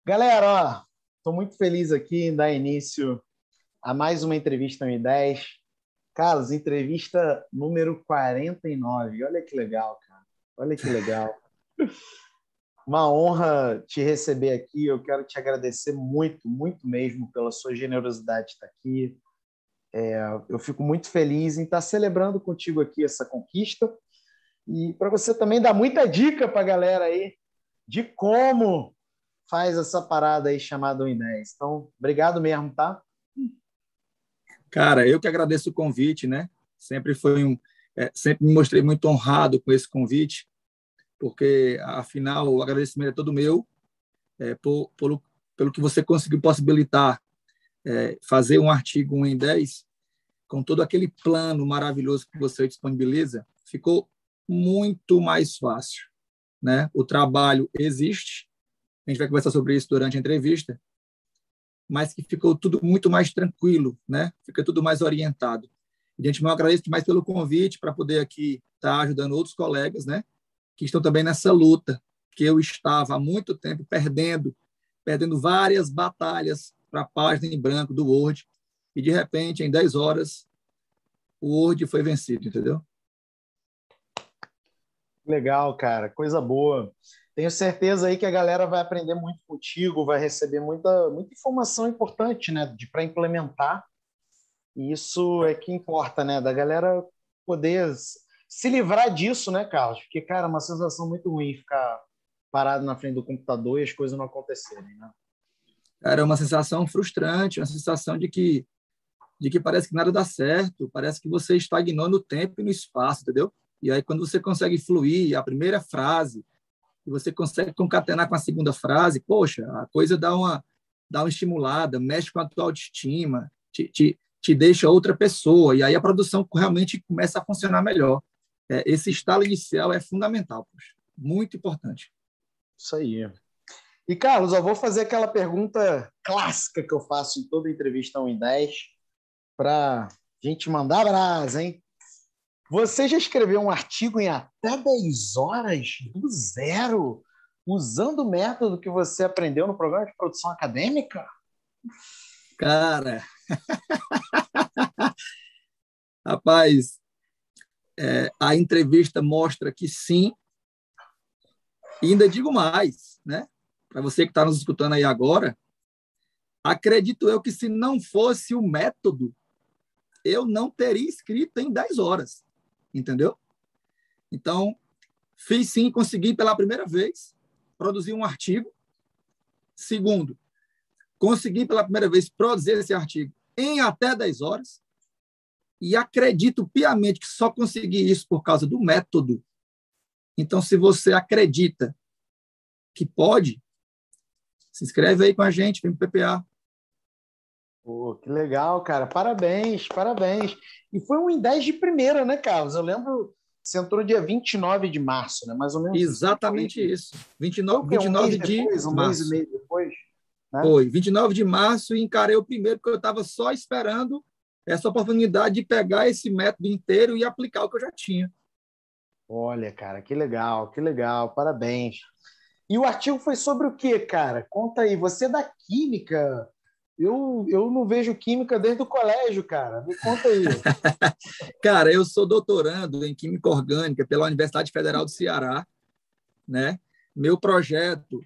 Galera, ó, estou muito feliz aqui em dar início a mais uma entrevista no I10. Carlos, entrevista número 49. Olha que legal, cara. Olha que legal. Uma honra te receber aqui. Eu quero te agradecer muito, muito mesmo pela sua generosidade de estar aqui. Eu fico muito feliz em estar celebrando contigo aqui essa conquista e para você também dar muita dica para a galera aí de como faz essa parada aí chamada 1 em 10. Então, obrigado mesmo, tá? Cara, eu que agradeço o convite, né? Sempre me mostrei muito honrado com esse convite, porque afinal o agradecimento é todo meu, pelo que você conseguiu possibilitar, fazer um artigo 1 em 10 com todo aquele plano maravilhoso que você disponibiliza, ficou muito mais fácil, né? O trabalho existe, a gente vai conversar sobre isso durante a entrevista, mas que ficou tudo muito mais tranquilo, né? Fica tudo mais orientado. E, gente, eu agradeço demais pelo convite para poder aqui estar ajudando outros colegas, né? Que estão também nessa luta que eu estava há muito tempo perdendo várias batalhas para a página em branco do Word, e de repente, em 10 horas, o Word foi vencido, entendeu? Legal, cara. Coisa boa. Tenho certeza aí que a galera vai aprender muito contigo, vai receber muita informação importante, né, para implementar. E isso é que importa, né, da galera poder se livrar disso, né, Carlos? Porque, cara, é uma sensação muito ruim ficar parado na frente do computador e as coisas não acontecerem, né? Era uma sensação frustrante, uma sensação de que parece que nada dá certo, parece que você estagnou no tempo e no espaço, entendeu? E aí, quando você consegue fluir a primeira frase, e você consegue concatenar com a segunda frase, poxa, a coisa dá uma estimulada, mexe com a tua autoestima, te deixa outra pessoa, e aí a produção realmente começa a funcionar melhor. Esse estalo inicial é fundamental, poxa, muito importante. Isso aí. E, Carlos, eu vou fazer aquela pergunta clássica que eu faço em toda entrevista 1 em 10 para gente mandar brasa, hein? Você já escreveu um artigo em até 10 horas do zero, usando o método que você aprendeu no programa de produção acadêmica? Cara, rapaz, a entrevista mostra que sim, e ainda digo mais, né? Para você que está nos escutando aí agora, acredito eu que se não fosse o método, eu não teria escrito em 10 horas, entendeu? Então, fiz sim, consegui pela primeira vez produzir um artigo. Segundo, consegui pela primeira vez produzir esse artigo em até 10 horas. E acredito piamente que só consegui isso por causa do método. Então, se você acredita que pode, se inscreve aí com a gente, vem para o PPA. Pô, que legal, cara. Parabéns, parabéns. E foi 1 em 10 de primeira, né, Carlos? Eu lembro, você entrou dia 29 de março, né? Mais ou menos isso. Exatamente isso. Foi 29, o quê? Um mês 29 de depois, um mês e março. meio depois, né? Foi, 29 de março, e encarei o primeiro, porque eu estava só esperando essa oportunidade de pegar esse método inteiro e aplicar o que eu já tinha. Olha, cara, que legal, parabéns. E o artigo foi sobre o quê, cara? Conta aí, você é da química. Eu não vejo química desde o colégio, cara. Me conta aí. Cara, eu sou doutorando em Química Orgânica pela Universidade Federal do Ceará, né? Meu projeto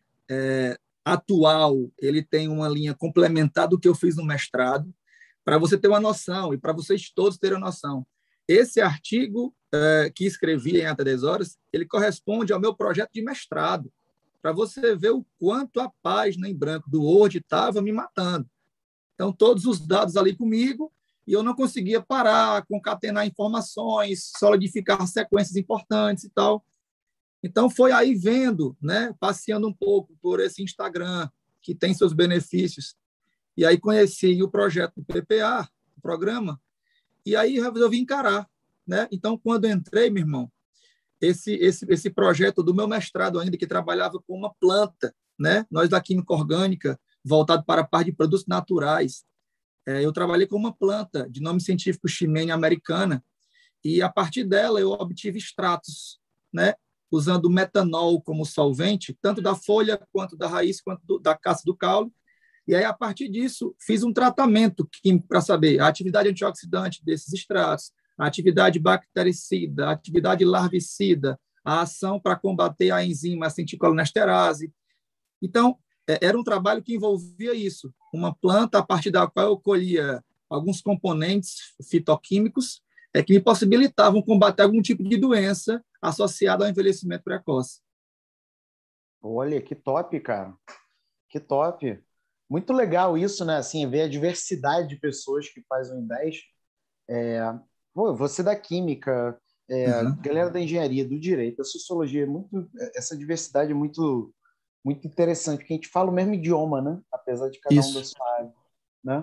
atual, ele tem uma linha complementar do que eu fiz no mestrado, para você ter uma noção e para vocês todos terem uma noção. Esse artigo que escrevi em até 10 horas, ele corresponde ao meu projeto de mestrado, para você ver o quanto a página em branco do Word estava me matando. Então, todos os dados ali comigo, e eu não conseguia parar, concatenar informações, solidificar sequências importantes e tal. Então, foi aí vendo, né, passeando um pouco por esse Instagram, que tem seus benefícios, e aí conheci o projeto do PPA, o programa, e aí resolvi encarar, né? Então, quando entrei, meu irmão, esse projeto do meu mestrado ainda, que trabalhava com uma planta, né? Nós da Química Orgânica, voltado para a parte de produtos naturais, eu trabalhei com uma planta de nome científico Ximene americana, e a partir dela eu obtive extratos, né? usando metanol como solvente, tanto da folha, quanto da raiz, quanto da casca do caule. E aí, a partir disso, fiz um tratamento químico para saber a atividade antioxidante desses extratos, a atividade bactericida, a atividade larvicida, a ação para combater a enzima acetilcolinesterase. Então, era um trabalho que envolvia isso, uma planta a partir da qual eu colhia alguns componentes fitoquímicos que me possibilitavam combater algum tipo de doença associada ao envelhecimento precoce. Olha, que top, cara. Que top. Muito legal isso, né? Assim, ver a diversidade de pessoas que fazem o I10. Você da química, galera da engenharia, do direito, da sociologia, essa diversidade é muito, muito interessante, porque a gente fala o mesmo idioma, né? Apesar de cada um da sua área, né?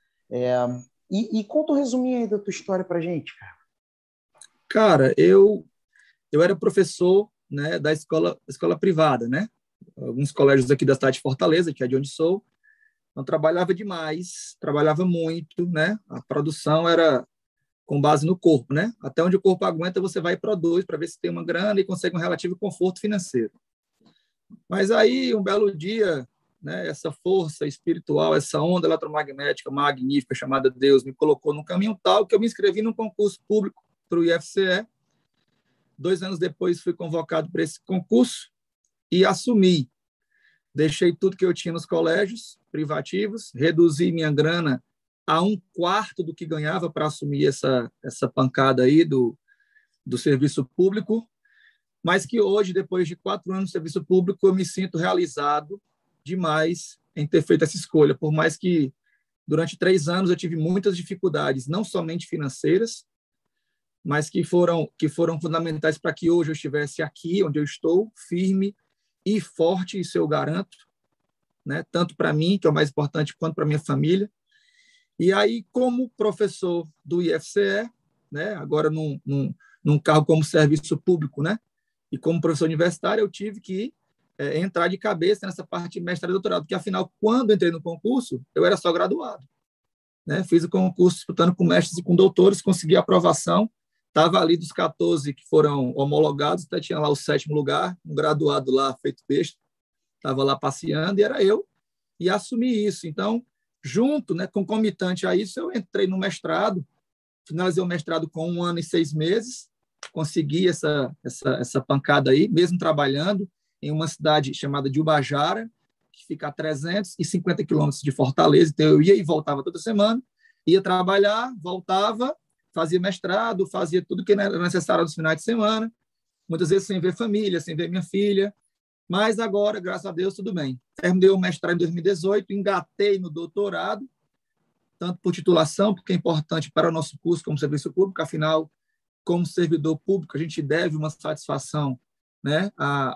E conta um resuminho aí da tua história pra gente, cara. Cara, eu era professor, né, da escola privada, né? Alguns colégios aqui da cidade de Fortaleza, que é de onde sou. Então, trabalhava demais, trabalhava muito, né? A produção era com base no corpo, né? Até onde o corpo aguenta, você vai e produz para ver se tem uma grana e consegue um relativo conforto financeiro. Mas aí, um belo dia, né, essa força espiritual, essa onda eletromagnética magnífica chamada Deus me colocou num caminho tal que eu me inscrevi num concurso público para o IFCE. 2 anos depois, fui convocado para esse concurso e assumi. Deixei tudo que eu tinha nos colégios privativos, reduzi minha grana a 1/4 do que ganhava para assumir essa pancada aí do serviço público, mas que hoje, depois de 4 anos de serviço público, eu me sinto realizado demais em ter feito essa escolha, por mais que durante 3 anos eu tive muitas dificuldades, não somente financeiras, mas que foram fundamentais para que hoje eu estivesse aqui, onde eu estou, firme e forte, isso eu garanto, né? Tanto para mim, que é o mais importante, quanto para minha família. E aí, como professor do IFCE, né? Agora num cargo como serviço público, né? E como professor universitário, eu tive que entrar de cabeça nessa parte de mestrado e doutorado, porque, afinal, quando entrei no concurso, eu era só graduado, né? Fiz o concurso disputando com mestres e com doutores, consegui a aprovação, estava ali dos 14 que foram homologados, até tinha lá o 7º lugar, um graduado lá, feito besta, estava lá passeando, e era eu, e assumi isso. Então, junto, né, concomitante a isso, eu entrei no mestrado, finalizei o mestrado com 1 ano e 6 meses, consegui essa pancada aí, mesmo trabalhando em uma cidade chamada de Ubajara, que fica a 350 quilômetros de Fortaleza, então eu ia e voltava toda semana, ia trabalhar, voltava, fazia mestrado, fazia tudo que era necessário nos finais de semana, muitas vezes sem ver família, sem ver minha filha, mas agora, graças a Deus, tudo bem. Terminei o mestrado em 2018, engatei no doutorado, tanto por titulação, porque é importante para o nosso curso como serviço público, afinal, como servidor público, a gente deve uma satisfação, né,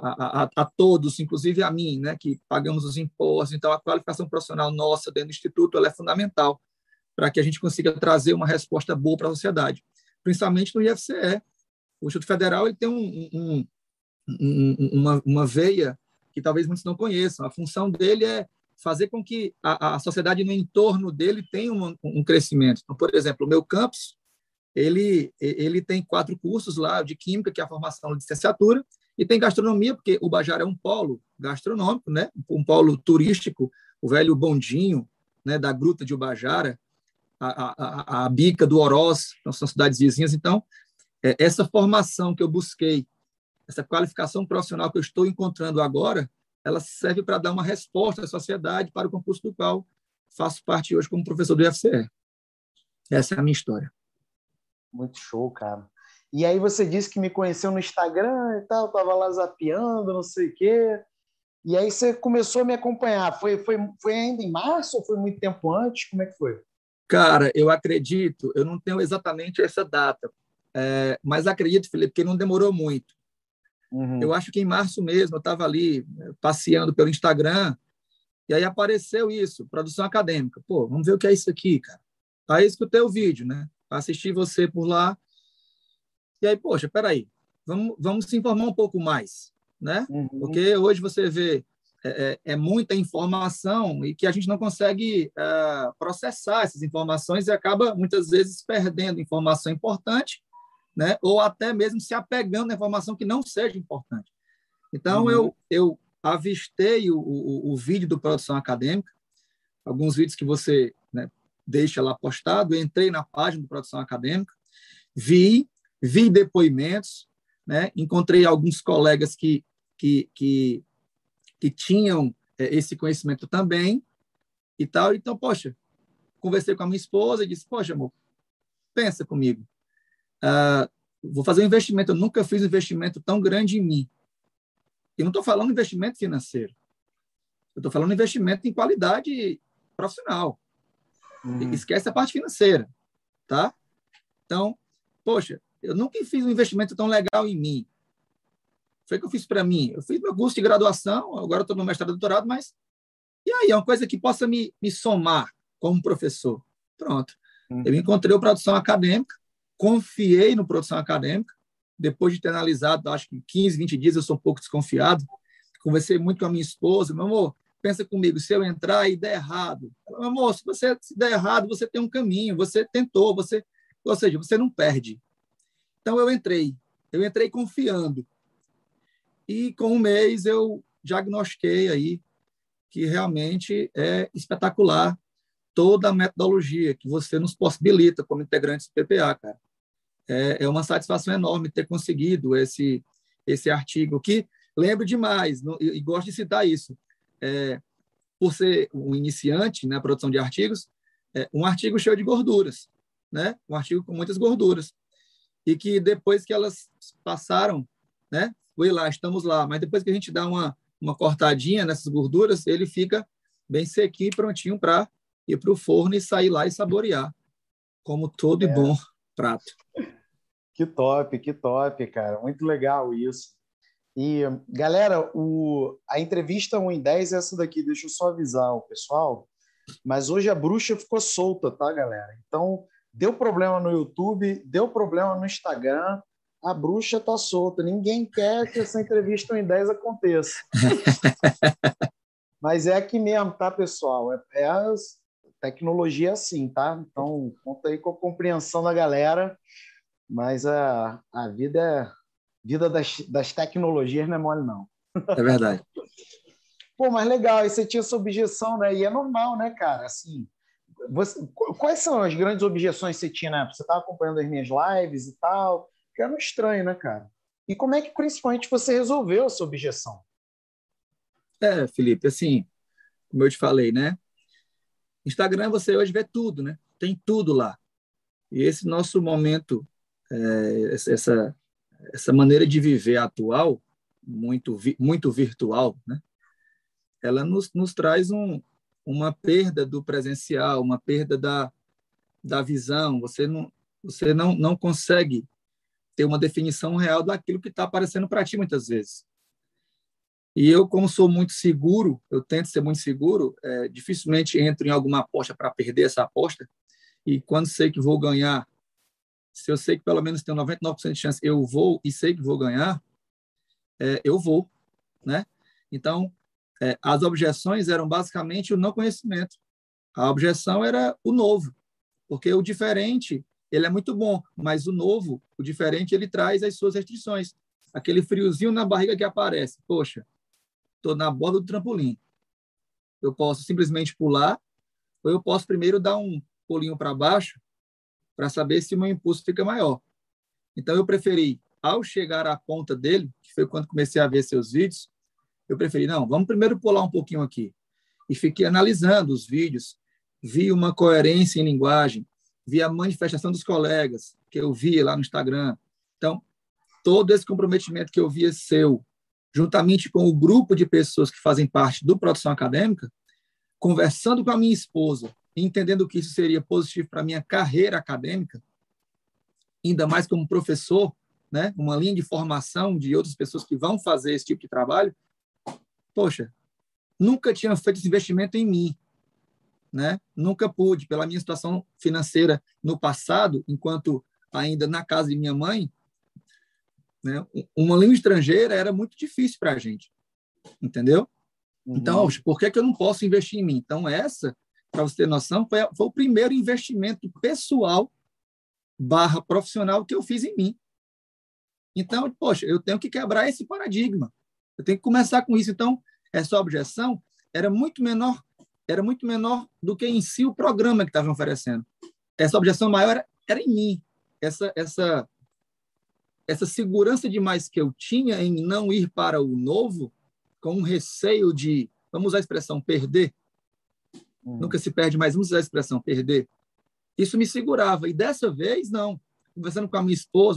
a todos, inclusive a mim, né, que pagamos os impostos. Então, a qualificação profissional nossa dentro do Instituto ela é fundamental para que a gente consiga trazer uma resposta boa para a sociedade, principalmente no IFCE. O Instituto Federal ele tem uma veia que talvez muitos não conheçam. A função dele é fazer com que a sociedade no entorno dele tenha um crescimento. Então, por exemplo, o meu campus, ele tem 4 cursos lá de química, que é a formação de licenciatura, e tem gastronomia, porque o Ubajara é um polo gastronômico, né? Um polo turístico, o velho bondinho, né, da Gruta de Ubajara, a Bica do Oroz, são cidades vizinhas. Então, essa formação que eu busquei, essa qualificação profissional que eu estou encontrando agora, ela serve para dar uma resposta à sociedade para o concurso do qual faço parte hoje como professor do IFCE. Essa é a minha história. Muito show, cara. E aí você disse que me conheceu no Instagram e tal, estava lá zapeando, não sei o quê. E aí você começou a me acompanhar. Foi ainda em março ou foi muito tempo antes? Como é que foi? Cara, eu acredito, eu não tenho exatamente essa data, mas acredito, Felipe, que não demorou muito. Eu acho que em março mesmo, eu estava ali passeando pelo Instagram, e aí apareceu isso, produção acadêmica. Pô, vamos ver o que é isso aqui, cara. Aí escutei o vídeo, né? Assisti você por lá. E aí, poxa, peraí, vamos se informar um pouco mais, né? Porque hoje você vê muita informação e que a gente não consegue processar essas informações e acaba, muitas vezes, perdendo informação importante né? Ou até mesmo se apegando à informação que não seja importante. Então, eu avistei o vídeo do Produção Acadêmica, alguns vídeos que você, né, deixa lá postado, eu entrei na página do Produção Acadêmica, vi depoimentos, né? Encontrei alguns colegas que tinham esse conhecimento também e tal. Então, poxa, conversei com a minha esposa e disse, poxa, amor, pensa comigo. Vou fazer um investimento. Eu nunca fiz um investimento tão grande em mim. E não estou falando investimento financeiro. Eu estou falando investimento em qualidade profissional. Esquece a parte financeira, tá? Então, poxa, eu nunca fiz um investimento tão legal em mim. Foi o que eu fiz para mim. Eu fiz meu curso de graduação, agora estou no mestrado e doutorado, mas e aí? É uma coisa que possa me somar como professor. Pronto. Eu encontrei o Produção Acadêmica, confiei no Produção Acadêmica, depois de ter analisado, acho que 15, 20 dias, eu sou um pouco desconfiado, conversei muito com a minha esposa, meu amor, pensa comigo, se eu entrar e der errado, meu amor, se der errado, você tem um caminho, você tentou, ou seja, você não perde. Então, eu entrei confiando. E com um mês eu diagnostiquei aí que realmente é espetacular toda a metodologia que você nos possibilita como integrantes do PPA, cara. É uma satisfação enorme ter conseguido esse artigo, que lembro demais, e gosto de citar isso, por ser um iniciante na produção de artigos, um artigo cheio de gorduras, né? Um artigo com muitas gorduras, e que depois que elas passaram, né? Estamos lá, mas depois que a gente dá uma cortadinha nessas gorduras, ele fica bem sequinho e prontinho para ir para o forno e sair lá e saborear, como todo e bom prato. Que top, cara. Muito legal isso. E, galera, a entrevista 1 em 10 é essa daqui. Deixa eu só avisar o pessoal. Mas hoje a bruxa ficou solta, tá, galera? Então, deu problema no YouTube, deu problema no Instagram, a bruxa tá solta. Ninguém quer que essa entrevista 1 em 10 aconteça. Mas é aqui mesmo, tá, pessoal? A tecnologia assim, tá? Então, conta aí com a compreensão da galera. Mas a vida das tecnologias não é mole, não. É verdade. Pô, mas legal, e você tinha essa objeção, né? E é normal, né, cara? Assim, quais são as grandes objeções que você tinha, né? Você estava acompanhando as minhas lives e tal, que era estranho, né, cara? E como é que, principalmente, você resolveu essa objeção? Felipe, assim, como eu te falei, né? Instagram você hoje vê tudo, né? Tem tudo lá. E esse nosso momento, essa maneira de viver atual, muito virtual, né? Ela nos traz uma perda do presencial, uma perda da visão. Você não consegue ter uma definição real daquilo que está aparecendo para ti muitas vezes. E eu, como sou muito seguro, eu tento ser muito seguro, dificilmente entro em alguma aposta para perder essa aposta, e quando sei que vou ganhar, se eu sei que pelo menos tenho 99% de chance, eu vou e sei que vou ganhar, eu vou, né? Então, as objeções eram basicamente o não conhecimento. A objeção era o novo, porque o diferente, ele é muito bom, mas o novo, o diferente, ele traz as suas restrições. Aquele friozinho na barriga que aparece. Poxa, estou na borda do trampolim. Eu posso simplesmente pular, ou eu posso primeiro dar um pulinho para baixo para saber se o meu impulso fica maior. Então, eu preferi, ao chegar à ponta dele, que foi quando comecei a ver seus vídeos, eu preferi, não, vamos primeiro pular um pouquinho aqui. E fiquei analisando os vídeos, vi uma coerência em linguagem, vi a manifestação dos colegas, que eu via lá no Instagram. Então, todo esse comprometimento que eu via seu, juntamente com o grupo de pessoas que fazem parte do Produção Acadêmica, conversando com a minha esposa, entendendo que isso seria positivo para a minha carreira acadêmica, ainda mais como professor, né, uma linha de formação de outras pessoas que vão fazer esse tipo de trabalho, poxa, nunca tinha feito esse investimento em mim, né? Nunca pude, pela minha situação financeira no passado, enquanto ainda na casa de minha mãe, né, uma língua estrangeira era muito difícil para a gente, entendeu? Então, por que eu não posso investir em mim? Então, para você ter noção, foi o primeiro investimento pessoal / profissional que eu fiz em mim. Então, poxa, eu tenho que quebrar esse paradigma. Eu tenho que começar com isso. Então, essa objeção era muito menor do que em si o programa que estavam oferecendo. Essa objeção maior era em mim. Essa segurança demais que eu tinha em não ir para o novo, com um receio de, vamos usar a expressão perder, nunca se perde, mas vamos usar a expressão perder, isso me segurava. E dessa vez, não. Conversando com a minha esposa,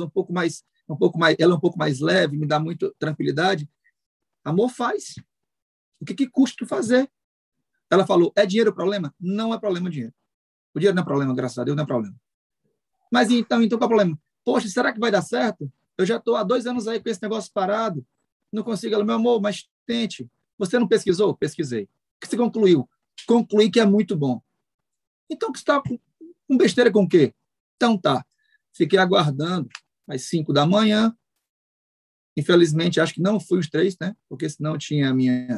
ela é um pouco mais leve, me dá muita tranquilidade. Amor, faz. O que custa tu fazer? Ela falou, é dinheiro o problema? Não é problema dinheiro. O dinheiro não é problema, graças a Deus, não é problema. Mas então qual é o problema? Poxa, será que vai dar certo? Eu já estou há 2 anos aí com esse negócio parado. Não consigo. Ela, meu amor, mas tente. Você não pesquisou? Pesquisei. O que você concluiu? Concluí que é muito bom. Então, que você está com besteira com o quê? Então tá. Fiquei aguardando às 5 da manhã. Infelizmente, acho que não fui os 3, né? Porque senão tinha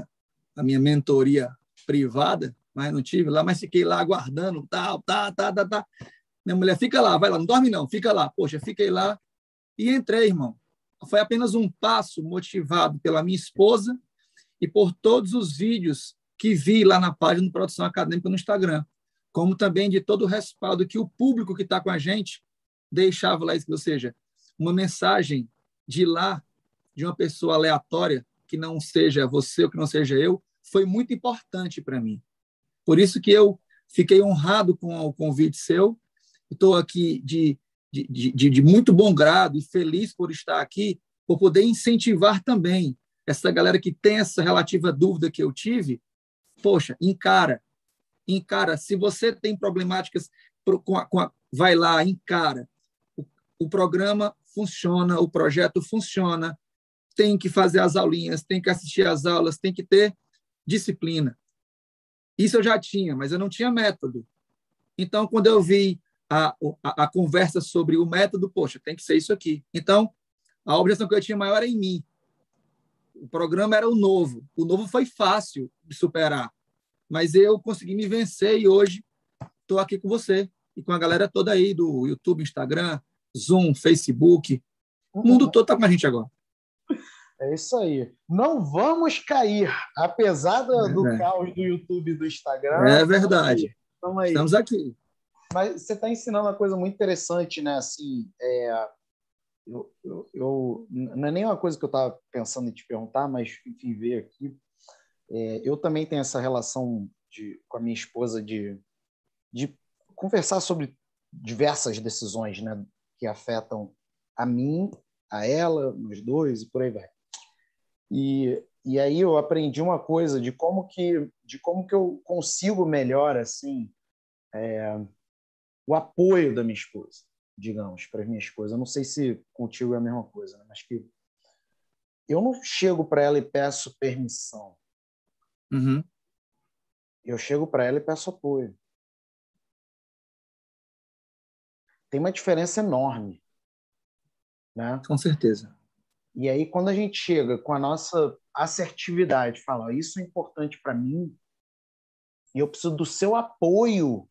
a minha mentoria privada, mas não tive lá, mas fiquei lá aguardando, tal. Minha mulher, fica lá, vai lá, não dorme não, fica lá. Poxa, fiquei lá e entrei, irmão. Foi apenas um passo motivado pela minha esposa e por todos os vídeos que vi lá na página do Produção Acadêmica no Instagram, como também de todo o respaldo que o público que está com a gente deixava lá, ou seja, uma mensagem de lá, de uma pessoa aleatória, que não seja você ou que não seja eu, foi muito importante para mim. Por isso que eu fiquei honrado com o convite seu. Estou aqui de muito bom grado e feliz por estar aqui, por poder incentivar também essa galera que tem essa relativa dúvida que eu tive. Poxa, encara. Se você tem problemáticas, vai lá, encara. O programa funciona, o projeto funciona, tem que fazer as aulinhas, tem que assistir às aulas, tem que ter disciplina. Isso eu já tinha, mas eu não tinha método. Então, quando eu vi a conversa sobre o método, poxa, tem que ser isso aqui. Então, a objeção que eu tinha maior era em mim. O programa era o novo. O novo foi fácil de superar, mas eu consegui me vencer e hoje estou aqui com você e com a galera toda aí do YouTube, Instagram, Zoom, Facebook. O mundo todo está com a gente agora. É isso aí. Não vamos cair, apesar do caos do YouTube e do Instagram. É verdade. Estamos aí. Estamos aqui. Mas você está ensinando uma coisa muito interessante, né? Assim, não é nem uma coisa que eu estava pensando em te perguntar, mas, enfim, veio aqui. Eu também tenho essa relação com a minha esposa de conversar sobre diversas decisões, né, que afetam a mim, a ela, nós dois, e por aí vai. E aí eu aprendi uma coisa de como que eu consigo melhor assim o apoio da minha esposa, digamos, para as minhas coisas. Eu não sei se contigo é a mesma coisa, né? Mas que eu não chego para ela e peço permissão. Uhum. Eu chego para ela e peço apoio. Tem uma diferença enorme, né? Com certeza. E aí, quando a gente chega com a nossa assertividade, fala, isso é importante para mim e eu preciso do seu apoio,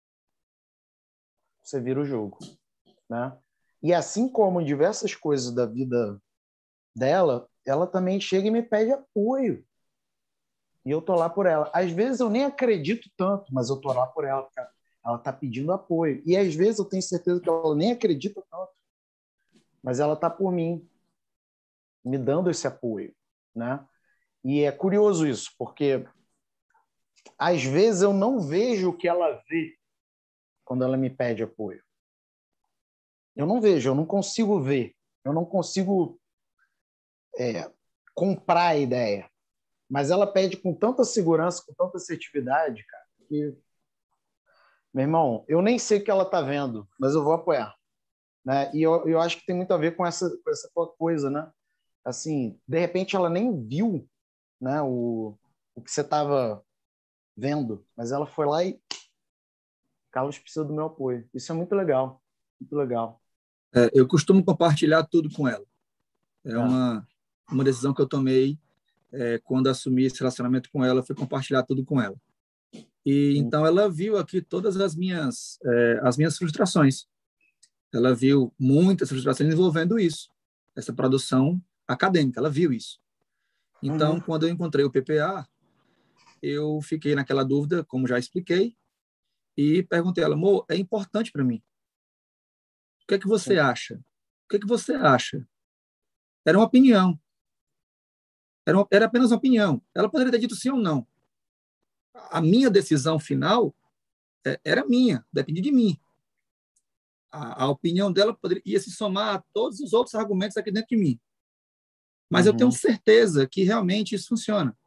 você vira o jogo, né? E assim como em diversas coisas da vida dela, ela também chega e me pede apoio. E eu tô lá por ela. Às vezes eu nem acredito tanto, mas eu tô lá por ela, porque ela tá pedindo apoio. E às vezes eu tenho certeza que ela nem acredita tanto, mas ela tá por mim, me dando esse apoio, né? E é curioso isso, porque às vezes eu não vejo o que ela vê quando ela me pede apoio. Eu não vejo, eu não consigo ver, eu não consigo comprar a ideia. Mas ela pede com tanta segurança, com tanta assertividade, cara, que, meu irmão, eu nem sei o que ela está vendo, mas eu vou apoiar, né? E eu acho que tem muito a ver com essa coisa, né? Assim, de repente ela nem viu, né, o que você estava vendo, mas ela foi lá e Carlos precisa do meu apoio. Isso é muito legal, muito legal. Eu costumo compartilhar tudo com ela. É uma decisão que eu tomei quando assumi esse relacionamento com ela, foi compartilhar tudo com ela. E então ela viu aqui todas as minhas frustrações. Ela viu muitas frustrações envolvendo isso. essa produção acadêmica, ela viu isso. Então, quando eu encontrei o PPA, eu fiquei naquela dúvida, como já expliquei, e perguntei a ela, amor, é importante para mim. O que é que você acha? O que é que você acha? Era uma opinião. Era apenas uma opinião. Ela poderia ter dito sim ou não. A minha decisão final era minha, dependia de mim. A opinião dela ia se somar a todos os outros argumentos aqui dentro de mim. Mas eu tenho certeza que realmente isso funciona.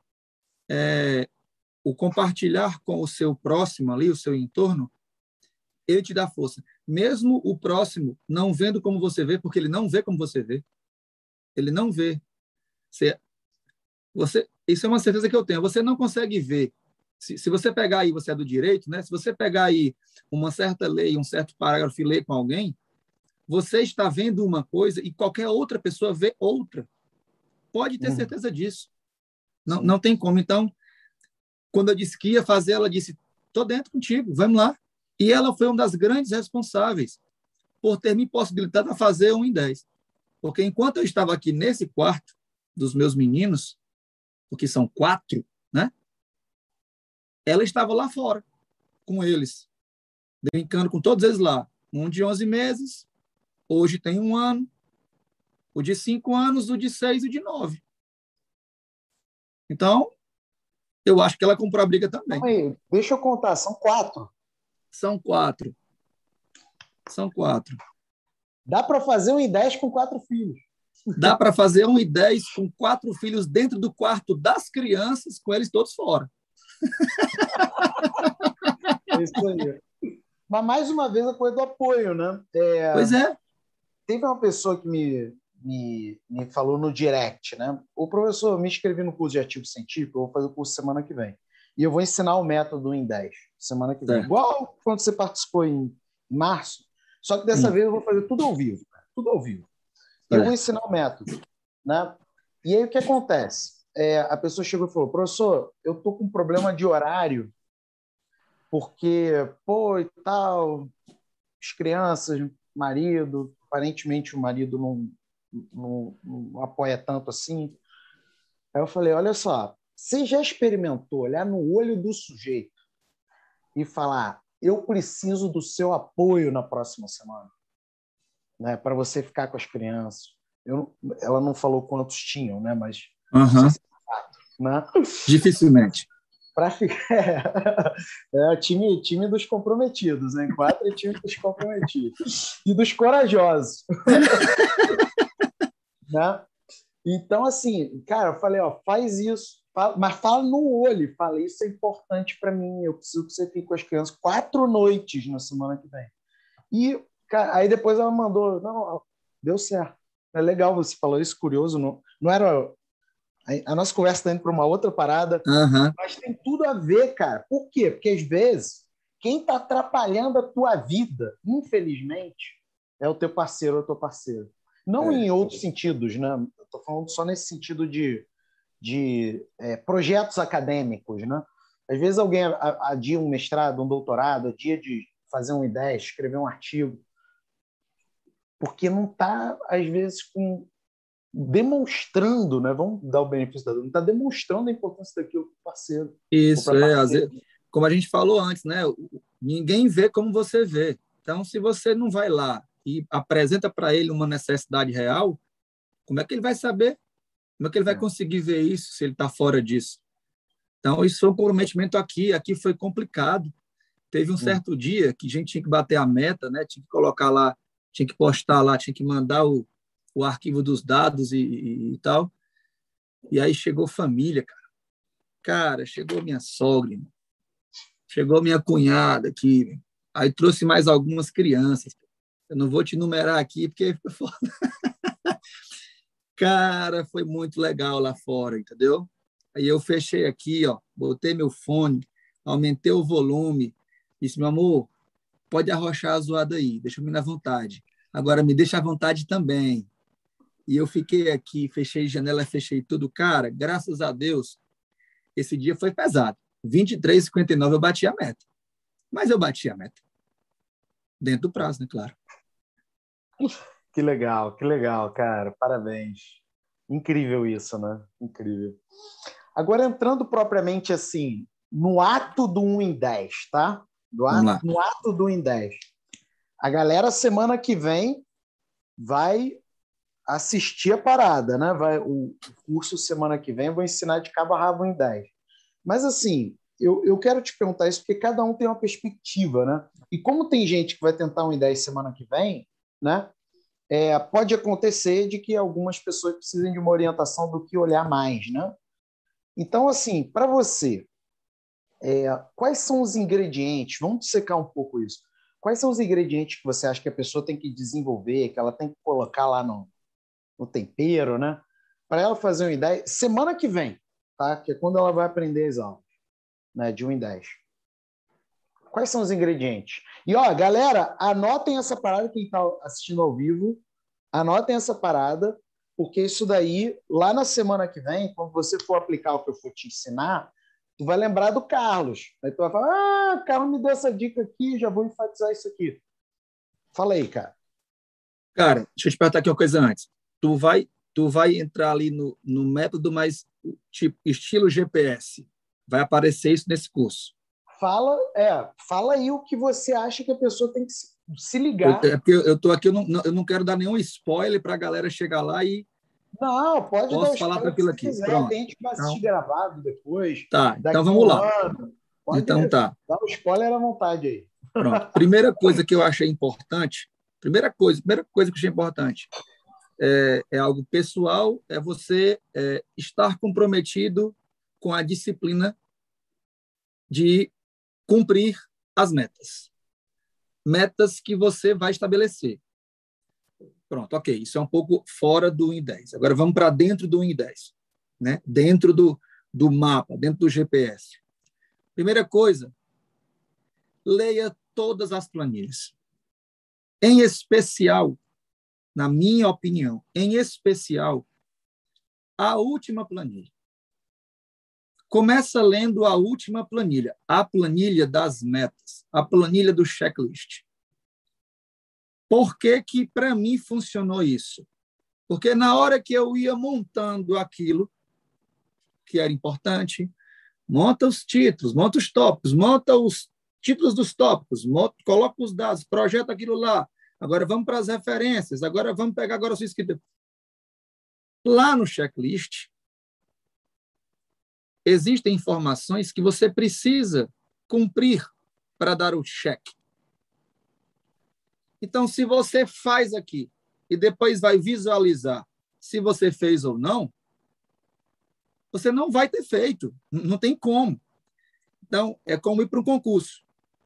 O compartilhar com o seu próximo ali, o seu entorno, ele te dá força. Mesmo o próximo não vendo como você vê, porque ele não vê como você vê. Ele não vê. Isso é uma certeza que eu tenho. Você não consegue ver. Se você pegar aí, você é do direito, né? Se você pegar aí uma certa lei, um certo parágrafo e ler com alguém, você está vendo uma coisa e qualquer outra pessoa vê outra. Pode ter certeza disso. Não tem como. Então, quando eu disse que ia fazer, ela disse, estou dentro contigo, vamos lá. E ela foi uma das grandes responsáveis por ter me possibilitado a fazer 1 em 10. Porque enquanto eu estava aqui nesse quarto dos meus meninos, porque são 4, né? Ela estava lá fora com eles, brincando com todos eles lá. Um de 11 meses, hoje tem 1 ano, o de 5 anos, o de 6 e o de 9. Então, eu acho que ela comprou a briga também. Aí, deixa eu contar, são 4. São 4. São 4. Dá para fazer 1 em 10 com 4 filhos. Dá para fazer 1 em 10 com 4 filhos dentro do quarto das crianças, com eles todos fora. É isso aí. Mas, mais uma vez, a coisa do apoio, né? Pois é. Teve uma pessoa que me falou no direct, né? O professor, me inscrevi no curso de artigo científico, eu vou fazer o curso semana que vem. E eu vou ensinar o método em 10, semana que vem. Certo. Igual quando você participou em março, só que dessa vez eu vou fazer tudo ao vivo. Tudo ao vivo. E eu vou ensinar o método, né? E aí o que acontece? A pessoa chegou e falou, professor, eu tô com um problema de horário, porque, pô, e tal, as crianças, marido, aparentemente o marido não apoia tanto assim. Aí eu falei, olha só, você já experimentou olhar no olho do sujeito e falar, eu preciso do seu apoio na próxima semana, né, para você ficar com as crianças? Ela não falou quantos tinham, né, mas não sei se é fato, né? Dificilmente. Para ficar time dos comprometidos, né? 4 é time dos comprometidos e dos corajosos. Né? Então, assim, cara, eu falei, ó, faz isso, mas fala no olho, fala, isso é importante para mim, eu preciso que você fique com as crianças 4 noites na semana que vem. E, cara, aí depois ela mandou, não, deu certo. É legal você falou isso, curioso, não era... A nossa conversa está indo para uma outra parada, mas tem tudo a ver, cara. Por quê? Porque, às vezes, quem está atrapalhando a tua vida, infelizmente, é o teu parceiro ou a tua parceira. Não em outros sentidos, né? Eu estou falando só nesse sentido de projetos acadêmicos, né? Às vezes alguém adia um mestrado, um doutorado, adia de fazer uma ideia, escrever um artigo, porque não está, às vezes, demonstrando, né? Vamos dar o benefício da dúvida, não está demonstrando a importância daquilo para o parceiro. Isso, às vezes, como a gente falou antes, né? Ninguém vê como você vê. Então, se você não vai lá e apresenta para ele uma necessidade real, como é que ele vai saber? Como é que ele vai conseguir ver isso se ele está fora disso? Então, isso foi um comprometimento aqui foi complicado. Teve um certo dia que a gente tinha que bater a meta, né? Tinha que colocar lá, tinha que postar lá, tinha que mandar o arquivo dos dados e tal. E aí chegou família, cara. Cara, chegou minha sogra, chegou minha cunhada aqui, aí trouxe mais algumas crianças. Eu não vou te numerar aqui, porque foi foda. Cara, foi muito legal lá fora, entendeu? Aí eu fechei aqui, ó, botei meu fone, aumentei o volume, disse, meu amor, pode arrochar a zoada aí, deixa eu me na vontade. Agora me deixa à vontade também. E eu fiquei aqui, fechei janela, fechei tudo. Cara, graças a Deus, esse dia foi pesado. 23h59 eu bati a meta. Mas eu bati a meta. Dentro do prazo, né, claro. que legal, cara. Parabéns. Incrível isso, né? Incrível. Agora, entrando propriamente assim, no ato do 1 em 10, tá? Vamos lá. No ato do 1 em 10. A galera, semana que vem, vai assistir a parada, né? O curso, semana que vem, eu vou ensinar de cabo a rabo em 10. Mas, assim, eu quero te perguntar isso porque cada um tem uma perspectiva, né? E como tem gente que vai tentar um em 10 semana que vem, né? Pode acontecer de que algumas pessoas precisem de uma orientação do que olhar mais, né? Então, assim, para você, quais são os ingredientes? Vamos dissecar um pouco isso. Quais são os ingredientes que você acha que a pessoa tem que desenvolver, que ela tem que colocar lá no tempero, né? Para ela fazer uma ideia, semana que vem, tá? Que é quando ela vai aprender as aulas, né? De 1 em 10. Quais são os ingredientes? E, ó, galera, anotem essa parada, quem está assistindo ao vivo, anotem essa parada, porque isso daí, lá na semana que vem, quando você for aplicar o que eu for te ensinar, tu vai lembrar do Carlos. Aí tu vai falar, o Carlos me deu essa dica aqui, já vou enfatizar isso aqui. Fala aí, cara. Cara, deixa eu te perguntar aqui uma coisa antes. Tu vai entrar ali no método mais tipo estilo GPS. Vai aparecer isso nesse curso. Fala aí o que você acha que a pessoa tem que se ligar. Porque eu tô aqui, eu não quero dar nenhum spoiler para a galera chegar lá e Não, pode dar o posso falar spoiler que tranquilo você aqui. quiser. Pronto. Tem gente que vai Então, assistir gravado depois, tá. Então daqui a vamos um lá. ano. Pode Então tá. dar o spoiler à vontade aí. Pronto. Primeira coisa que eu achei importante, primeira coisa que eu achei importante é algo pessoal, é você estar comprometido com a disciplina de cumprir as metas. Metas que você vai estabelecer. Pronto, ok. Isso é um pouco fora do 1 em 10. Agora vamos para dentro do 1 em 10. Né? Dentro do mapa, dentro do GPS. Primeira coisa, leia todas as planilhas. Em especial, na minha opinião, em especial, a última planilha. Começa lendo a última planilha, a planilha das metas, a planilha do checklist. Por que que para mim funcionou isso? Porque na hora que eu ia montando aquilo que era importante, monta os títulos, monta os tópicos, monta os títulos dos tópicos, coloca os dados, projeta aquilo lá. Agora vamos para as referências, agora vamos pegar agora a sua escrita. Lá no checklist, existem informações que você precisa cumprir para dar o check. Então, se você faz aqui e depois vai visualizar se você fez ou não, você não vai ter feito, não tem como. Então, é como ir para um concurso.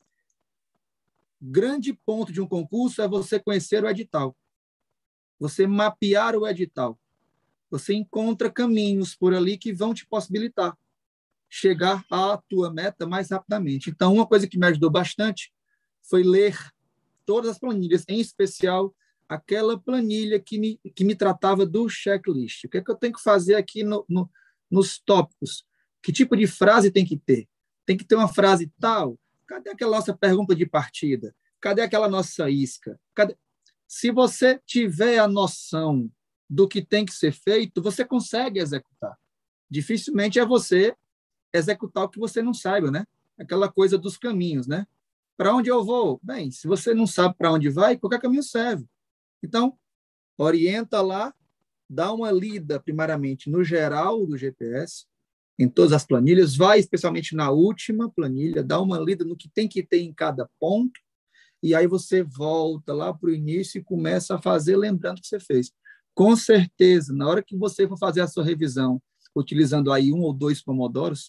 Grande ponto de um concurso é você conhecer o edital, você mapear o edital. Você encontra caminhos por ali que vão te possibilitar chegar à tua meta mais rapidamente. Então, uma coisa que me ajudou bastante foi ler todas as planilhas, em especial aquela planilha que me tratava do checklist. O que é que eu tenho que fazer aqui nos tópicos? Que tipo de frase tem que ter? Tem que ter uma frase tal? Cadê aquela nossa pergunta de partida? Cadê aquela nossa isca? Se você tiver a noção do que tem que ser feito, você consegue executar. Dificilmente é você executar o que você não saiba, né? Aquela coisa dos caminhos, né? Para onde eu vou? Bem, se você não sabe para onde vai, qualquer caminho serve. Então, orienta lá, dá uma lida, primeiramente, no geral do GPS, em todas as planilhas, vai especialmente na última planilha, dá uma lida no que tem que ter em cada ponto, e aí você volta lá para o início e começa a fazer lembrando o que você fez. Com certeza, na hora que você for fazer a sua revisão, utilizando aí 1 ou 2 pomodoros,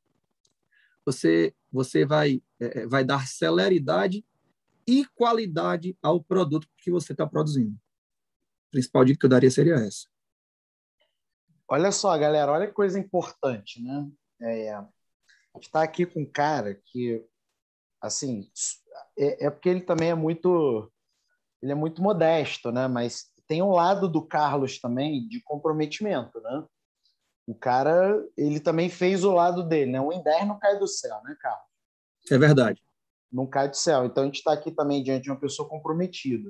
você vai dar celeridade e qualidade ao produto que você está produzindo. A principal dica que eu daria seria essa. Olha só, galera, olha que coisa importante, né? A gente está aqui com um cara que, assim, porque ele também ele é muito modesto, né? Mas tem um lado do Carlos também de comprometimento, né? O cara, ele também fez o lado dele, né? O Inder não cai do céu, né, Carlos? É verdade. Não cai do céu. Então, a gente está aqui também diante de uma pessoa comprometida.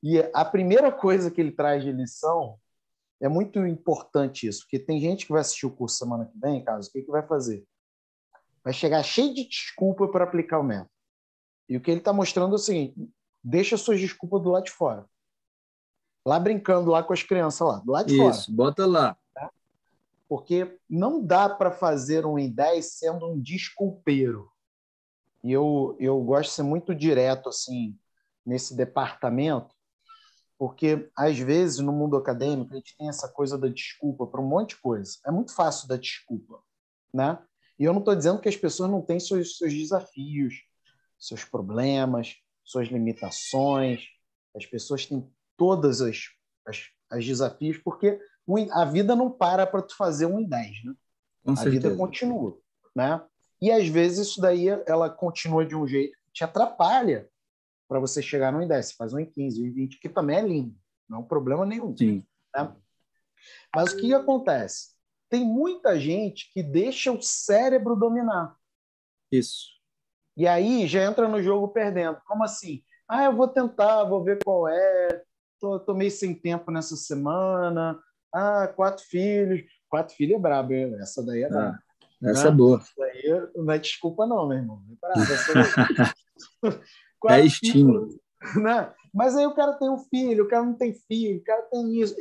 E a primeira coisa que ele traz de lição é muito importante isso, porque tem gente que vai assistir o curso semana que vem, Carlos, o que vai fazer? Vai chegar cheio de desculpa para aplicar o método. E o que ele está mostrando é o seguinte: deixa suas desculpas do lado de fora. Lá brincando lá com as crianças lá, do lado de fora. Isso, bota lá. Tá? Porque não dá para fazer um em 10 sendo um desculpeiro. E eu gosto de ser muito direto assim nesse departamento, porque às vezes no mundo acadêmico a gente tem essa coisa da desculpa para um monte de coisa. É muito fácil dar desculpa, né? E eu não estou dizendo que as pessoas não têm seus desafios, seus problemas, suas limitações. As pessoas têm todas as desafios, porque a vida não para tu fazer 1 em 10, né? Com A certeza. vida continua, né? E às vezes isso daí ela continua de um jeito que te atrapalha para você chegar no 1 em 10. Você faz 1 em 15, 1 em 20, que também é lindo, não é um problema nenhum. Sim. Né? Mas o que acontece? Tem muita gente que deixa o cérebro dominar. Isso. E aí já entra no jogo perdendo. Como assim? Eu vou tentar, vou ver qual é. Tô meio sem tempo nessa semana. 4 filhos. 4 filhos é brabo, hein? Essa daí é braba. Essa é boa. Isso daí não é desculpa não, meu irmão. É braba, essa daí. É estímulo. Filhos, né? Mas aí o cara tem um filho, o cara não tem filho, o cara tem isso.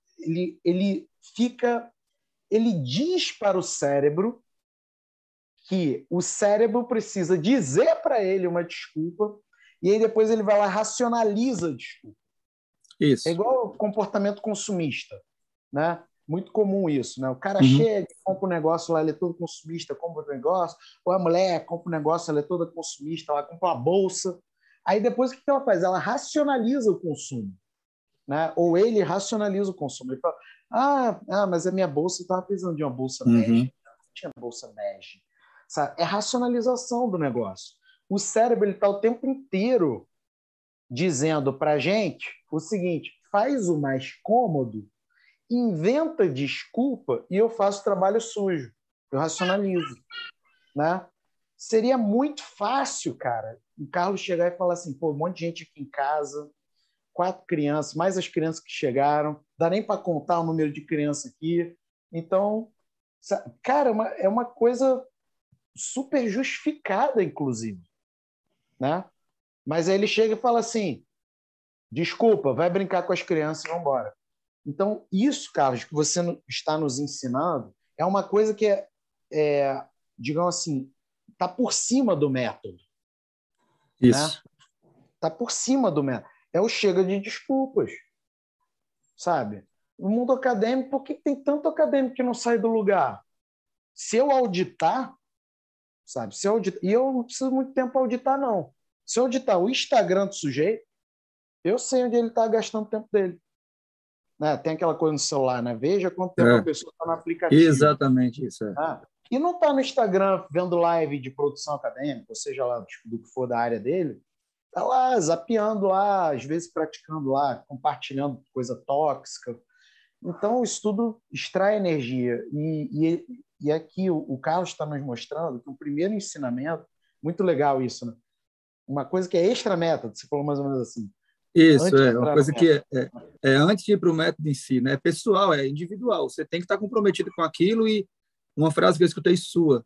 Ele diz para o cérebro que o cérebro precisa dizer para ele uma desculpa e aí depois ele vai lá e racionaliza a desculpa. Isso. É igual o comportamento consumista, né? Muito comum isso, né? O cara chega, compra um negócio lá, ele é todo consumista, compra um negócio, ou a mulher compra um negócio, ela é toda consumista, ela compra uma bolsa. Aí depois o que ela faz? Ela racionaliza o consumo, né? Ou ele racionaliza o consumo. Ele fala, mas a minha bolsa estava precisando de uma bolsa bege. Não tinha bolsa bege. Sabe? É racionalização do negócio. O cérebro está o tempo inteiro dizendo para a gente o seguinte: faz o mais cômodo, inventa desculpa e eu faço trabalho sujo. Eu racionalizo. Né? Seria muito fácil, cara, o Carlos chegar e falar assim: pô, um monte de gente aqui em casa, 4 crianças, mais as crianças que chegaram, dá nem para contar o número de crianças aqui. Então, cara, é uma coisa super justificada, inclusive. Né? Mas aí ele chega e fala assim: desculpa, vai brincar com as crianças e vamos embora. Então, isso, Carlos, que você está nos ensinando, é uma coisa que digamos assim, está por cima do método. Isso. Está por cima do método. É o chega de desculpas. Sabe? No mundo acadêmico, por que tem tanto acadêmico que não sai do lugar? Se eu auditar, sabe? E eu não preciso muito tempo para auditar, não. Se eu auditar o Instagram do sujeito, eu sei onde ele está gastando o tempo dele. Né? Tem aquela coisa no celular, né? Veja quanto tempo a pessoa está no aplicativo. Exatamente isso. E não está no Instagram vendo live de produção acadêmica, ou seja lá do que for da área dele, está lá zapeando lá, às vezes praticando lá, compartilhando coisa tóxica. Então, o estudo extrai energia. E aqui o Carlos está nos mostrando que o primeiro ensinamento, muito legal isso, né? Uma coisa que é extra-método, você falou mais ou menos assim. Isso, uma coisa que é antes de ir para o método em si, né? É pessoal, é individual. Você tem que estar comprometido com aquilo. E uma frase que eu escutei sua,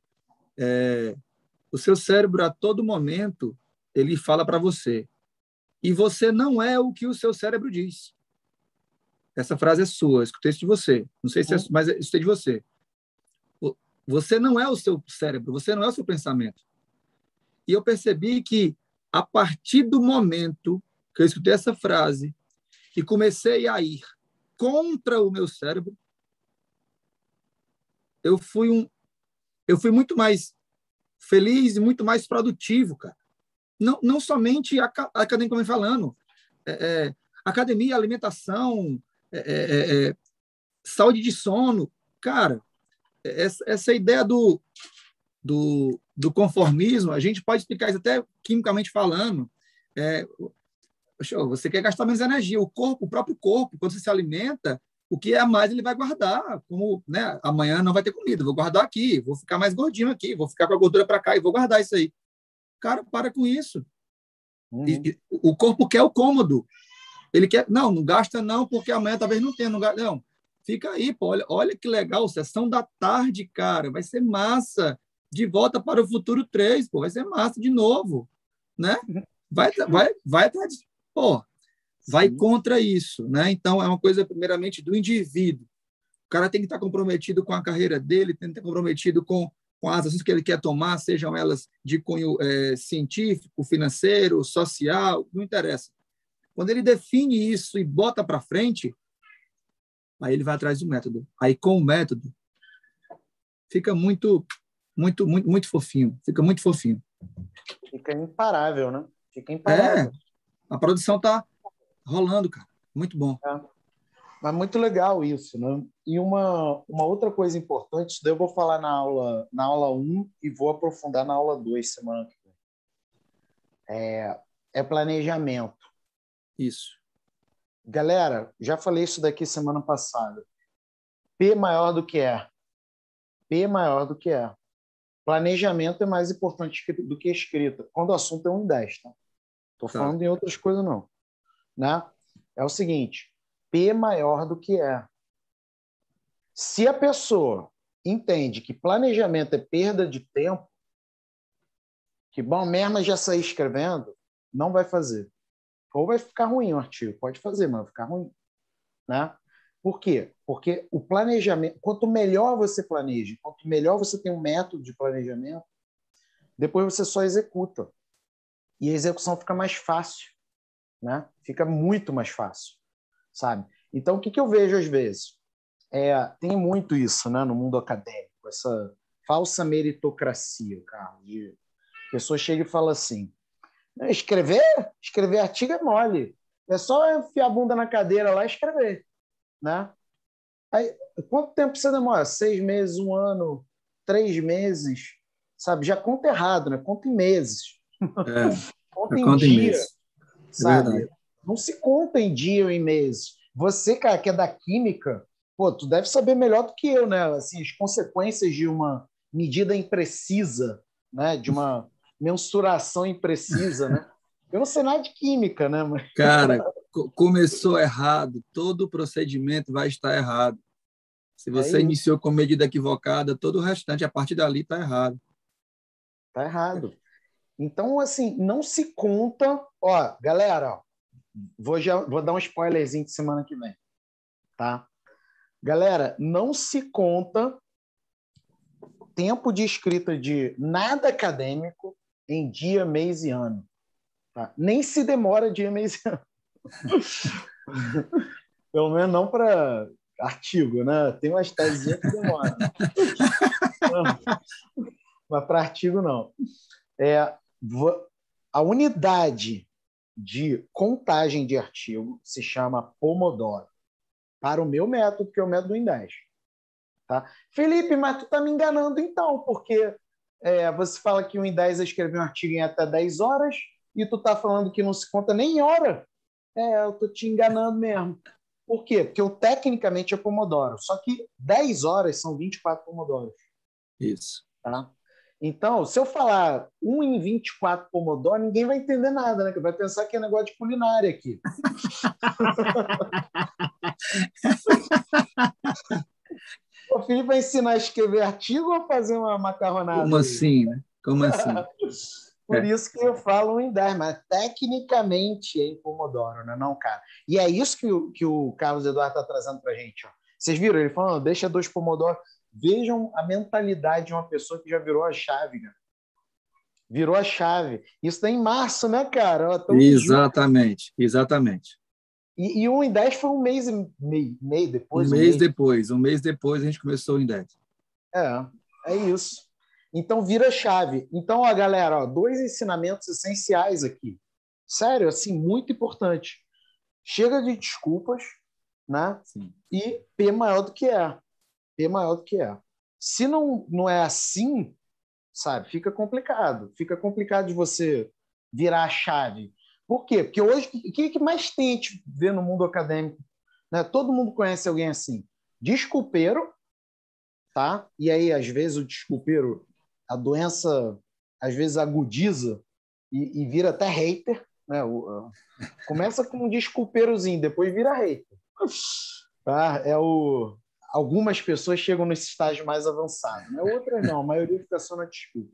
o seu cérebro, a todo momento, ele fala para você. E você não é o que o seu cérebro diz. Essa frase é sua, eu escutei isso de você. Não sei se é, mas eu escutei de você. Você não é o seu cérebro, você não é o seu pensamento. E eu percebi que, a partir do momento que eu escutei essa frase e comecei a ir contra o meu cérebro, eu fui muito mais feliz e muito mais produtivo, cara. Não somente academicamente falando, academia, alimentação, saúde de sono, cara, essa ideia do conformismo, a gente pode explicar isso até quimicamente falando. Você quer gastar menos energia, o próprio corpo, quando você se alimenta, o que é a mais ele vai guardar, como, né, amanhã não vai ter comida, vou guardar aqui, vou ficar mais gordinho aqui, vou ficar com a gordura para cá e vou guardar isso aí. Cara, para com isso. E o corpo quer o cômodo. Ele quer, não gasta não, porque amanhã talvez não tenha, não gasta, não. Fica aí, pô, olha que legal, sessão da tarde, cara, vai ser massa. De volta para o futuro 3, pô, vai ser massa de novo, né? Vai pô, vai Sim. contra isso, né? Então, é uma coisa, primeiramente, do indivíduo. O cara tem que estar comprometido com a carreira dele, tem que estar comprometido com as ações que ele quer tomar, sejam elas de cunho científico, financeiro, social, não interessa. Quando ele define isso e bota para frente, aí ele vai atrás do método. Aí, com o método, fica muito fofinho. Fica muito fofinho. Fica imparável, né? Fica É, imparável. a produção tá rolando, cara. Muito bom. É. Mas muito legal isso, né? E uma outra coisa importante, isso daí eu vou falar na aula 1 e vou aprofundar na aula 2 semana que vem. É planejamento. Isso. Galera, já falei isso daqui semana passada. P maior do que E. P maior do que E. Planejamento é mais importante do que escrita, quando o assunto é 1 em 10, tá? Estou Tá. falando em outras coisas, não. Né? É o seguinte, P maior do que E. Se a pessoa entende que planejamento é perda de tempo, que bom mesmo já sair escrevendo, não vai fazer. Ou vai ficar ruim o artigo. Pode fazer, mas vai ficar ruim. Né? Por quê? Porque o planejamento, quanto melhor você planeja, quanto melhor você tem um método de planejamento, depois você só executa. E a execução fica mais fácil. Né? Fica muito mais fácil. Sabe? Então, o que eu vejo às vezes? Tem muito isso, né, no mundo acadêmico, essa falsa meritocracia, cara, de pessoa chega e fala assim, escrever artigo é mole, é só enfiar a bunda na cadeira lá e escrever, né? Aí, quanto tempo você demora? 6 meses, 1 ano, 3 meses, sabe? Já conta errado, né? Conta em meses, conta A em conta em dia, mês. É verdade. sabe? Não se conta em dia ou em meses. Você, cara, que é da química, pô, tu deve saber melhor do que eu, né? Assim, as consequências de uma medida imprecisa, né? De uma mensuração imprecisa, né? Eu não sei nada de química, né? Mas... Cara, começou errado, todo o procedimento vai estar errado. Se É você isso, iniciou com medida equivocada, todo o restante, a partir dali, está errado. tá errado. Então, assim, não se conta. Ó, galera, ó, vou dar um spoilerzinho de semana que vem, tá? Galera, não se conta tempo de escrita de nada acadêmico em dia, mês e ano. Tá? Nem se demora dia, mês e ano. Pelo menos não para artigo, né? Tem umas teses que demoram. Mas para artigo, não. É, a unidade de contagem de artigo se chama Pomodoro. Para o meu método, que é o método em 10. Tá? Felipe, mas tu está me enganando então, porque você fala que o em 10 é escrever um artigo em até 10 horas e tu está falando que não se conta nem hora. Eu estou te enganando mesmo. Por quê? Porque eu tecnicamente é Pomodoro, só que 10 horas são 24 Pomodoros. Isso. Tá? Então, se eu falar 1 em 24 Pomodoro, ninguém vai entender nada, né? Vai pensar que é negócio de culinária aqui. O Felipe vai ensinar a escrever artigo ou fazer uma macarronada Como aí? assim, né? Como assim? Por isso que eu falo em 10, mas tecnicamente é em Pomodoro, né? Não, cara. E é isso que o Carlos Eduardo está trazendo para a gente. Ó. Vocês viram? Ele falando, deixa 2 Pomodoro. Vejam a mentalidade de uma pessoa que já virou a chave, cara. Virou a chave. Isso está em março, né, cara? Estamos em julho. Exatamente, exatamente. E 1 em 10 foi um mês e meio depois, Um mês depois a gente começou em 10. É isso. Então, vira chave. Então, ó, galera, ó, 2 ensinamentos essenciais aqui. Sério, assim, muito importante. Chega de desculpas, né? Sim. E P maior do que é. P maior do que é. Se não é assim, sabe, fica complicado. Fica complicado de você virar a chave. Por quê? Porque hoje, o que mais tem a gente ver no mundo acadêmico? Né? Todo mundo conhece alguém assim. Desculpeiro, tá? E aí, às vezes, o desculpeiro, a doença, às vezes, agudiza e vira até hater, né? Começa com um desculpeirozinho, depois vira hater. Tá? Algumas pessoas chegam nesse estágio mais avançado, né? Outras não, a maioria fica só na desculpa.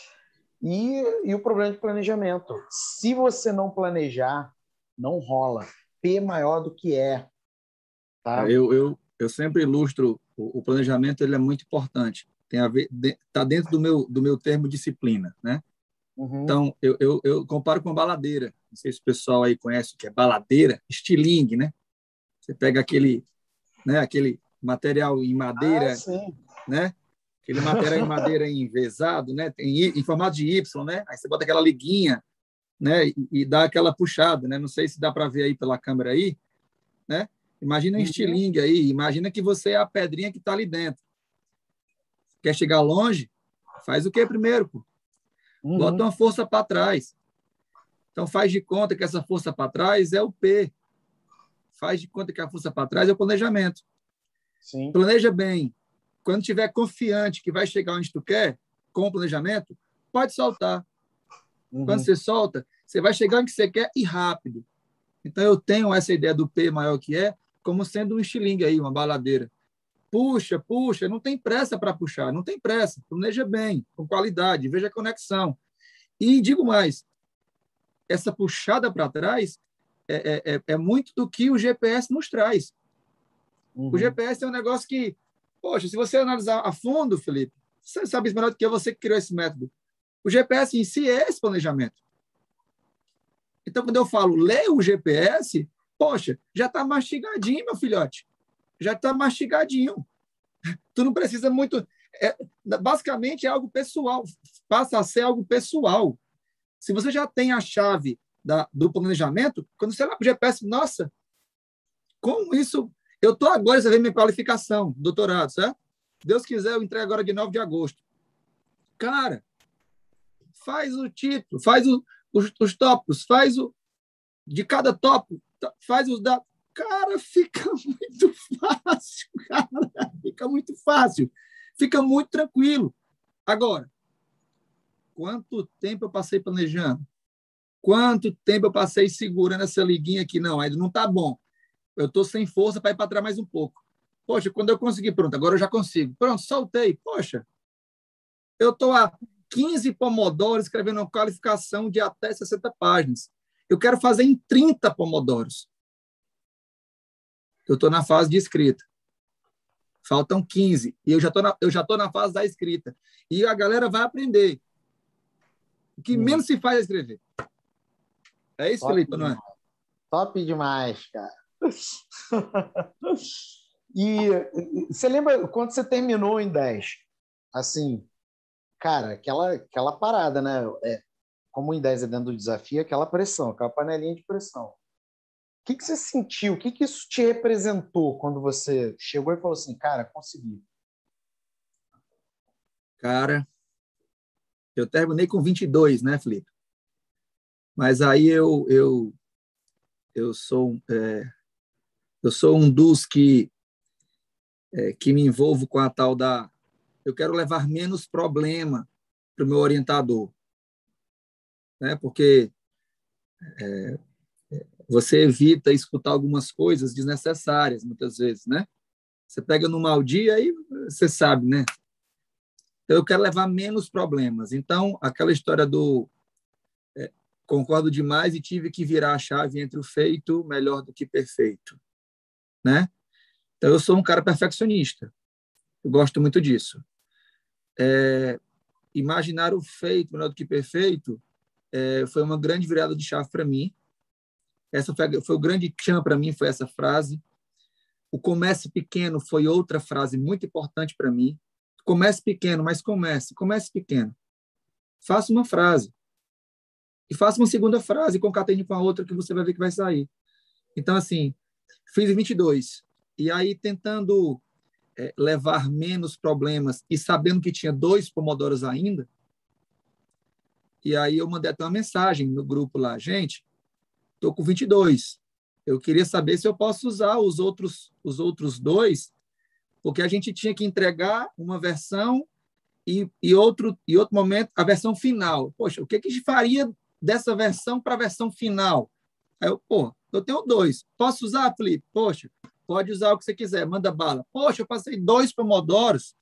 E o problema de planejamento. Se você não planejar, não rola. P maior do que E. Tá? Eu sempre ilustro o planejamento, ele é muito importante. Tem a ver, está dentro do meu termo disciplina, né? Uhum. Então, eu comparo com a baladeira. Não sei se o pessoal aí conhece o que é baladeira, estilingue, né? Você pega aquele material em madeira, né? Aquele material em madeira envesado, né? Em formato de Y, né? Aí você bota aquela liguinha, né? E dá aquela puxada, né? Não sei se dá para ver aí pela câmera aí, né? Imagina um estilingue aí, imagina que você é a pedrinha que está ali dentro. Quer chegar longe? Faz o que primeiro, pô? Bota uma força para trás. Então, faz de conta que essa força para trás é o P. Faz de conta que a força para trás é o planejamento. Sim. Planeja bem. Quando estiver confiante que vai chegar onde tu quer, com o planejamento, pode soltar. Quando você solta, você vai chegar onde você quer e rápido. Então, eu tenho essa ideia do P maior que é, como sendo um estilingue aí, uma baladeira. Puxa, não tem pressa para puxar, não tem pressa. Planeja bem, com qualidade, veja a conexão. E digo mais, essa puxada para trás é muito do que o GPS nos traz. O GPS é um negócio que, poxa, se você analisar a fundo, Felipe, você sabe melhor do que você que criou esse método. O GPS em si é esse planejamento. Então, quando eu falo, leia o GPS, poxa, já está mastigadinho, meu filhote. Já está mastigadinho. Tu não precisa muito... basicamente, é algo pessoal. Passa a ser algo pessoal. Se você já tem a chave do planejamento, quando você olha para o GPS, nossa, como isso... Eu estou agora, você vê minha qualificação, doutorado, certo? Deus quiser, eu entrego agora de 9 de agosto. Cara, faz o título, faz os tópicos, faz de cada tópico, faz os dados. Cara, fica muito fácil, cara. Fica muito fácil. Fica muito tranquilo. Agora, quanto tempo eu passei planejando? Quanto tempo eu passei segurando essa liguinha aqui? Não, ainda não está bom. Eu estou sem força para ir para trás mais um pouco. Poxa, quando eu conseguir, pronto, agora eu já consigo. Pronto, soltei. Poxa, eu estou há 15 pomodoros escrevendo uma qualificação de até 60 páginas. Eu quero fazer em 30 pomodoros. Eu estou na fase de escrita. Faltam 15. E eu já estou na fase da escrita. E a galera vai aprender. O que menos se faz é escrever. É isso, Top Felipe, demais. não é? Top demais, cara. E você lembra quando você terminou em 10? Assim, cara, aquela parada, né? Como em 10 é dentro do desafio, aquela pressão, aquela panelinha de pressão. O que você sentiu? O que isso te representou quando você chegou e falou assim, cara, consegui? Cara, eu terminei com 22, né, Felipe? Mas aí eu sou um dos que me envolvo com a tal da... Eu quero levar menos problema para o meu orientador, né? Porque você evita escutar algumas coisas desnecessárias, muitas vezes, né? Você pega no mau dia e você sabe, né? Então, eu quero levar menos problemas. Então, aquela história do concordo demais e tive que virar a chave entre o feito melhor do que perfeito, né? Então, eu sou um cara perfeccionista. Eu gosto muito disso. Imaginar o feito melhor do que perfeito foi uma grande virada de chave para mim. Essa foi o grande tchan para mim, foi essa frase. O comece pequeno foi outra frase muito importante para mim. Comece pequeno, mas comece pequeno. Faça uma frase. E faça uma segunda frase, concatene com a outra que você vai ver que vai sair. Então, assim, fiz 22. E aí, tentando levar menos problemas e sabendo que tinha 2 pomodoros ainda, e aí eu mandei até uma mensagem no grupo lá, gente, estou com 22. Eu queria saber se eu posso usar os outros 2, porque a gente tinha que entregar uma versão e outro momento, a versão final. Poxa, o que faria dessa versão para a versão final. Aí eu tenho 2. Posso usar, Felipe? Poxa, pode usar o que você quiser, manda bala. Poxa, eu passei 2 pomodoros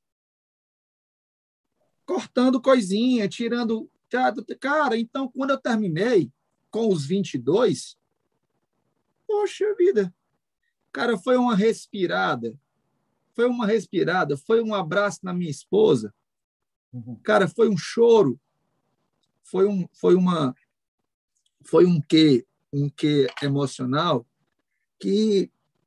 cortando coisinha, tirando... Cara, então, quando eu terminei com os 22, poxa vida, cara, foi uma respirada, foi um abraço na minha esposa, cara, foi um choro, foi um quê emocional que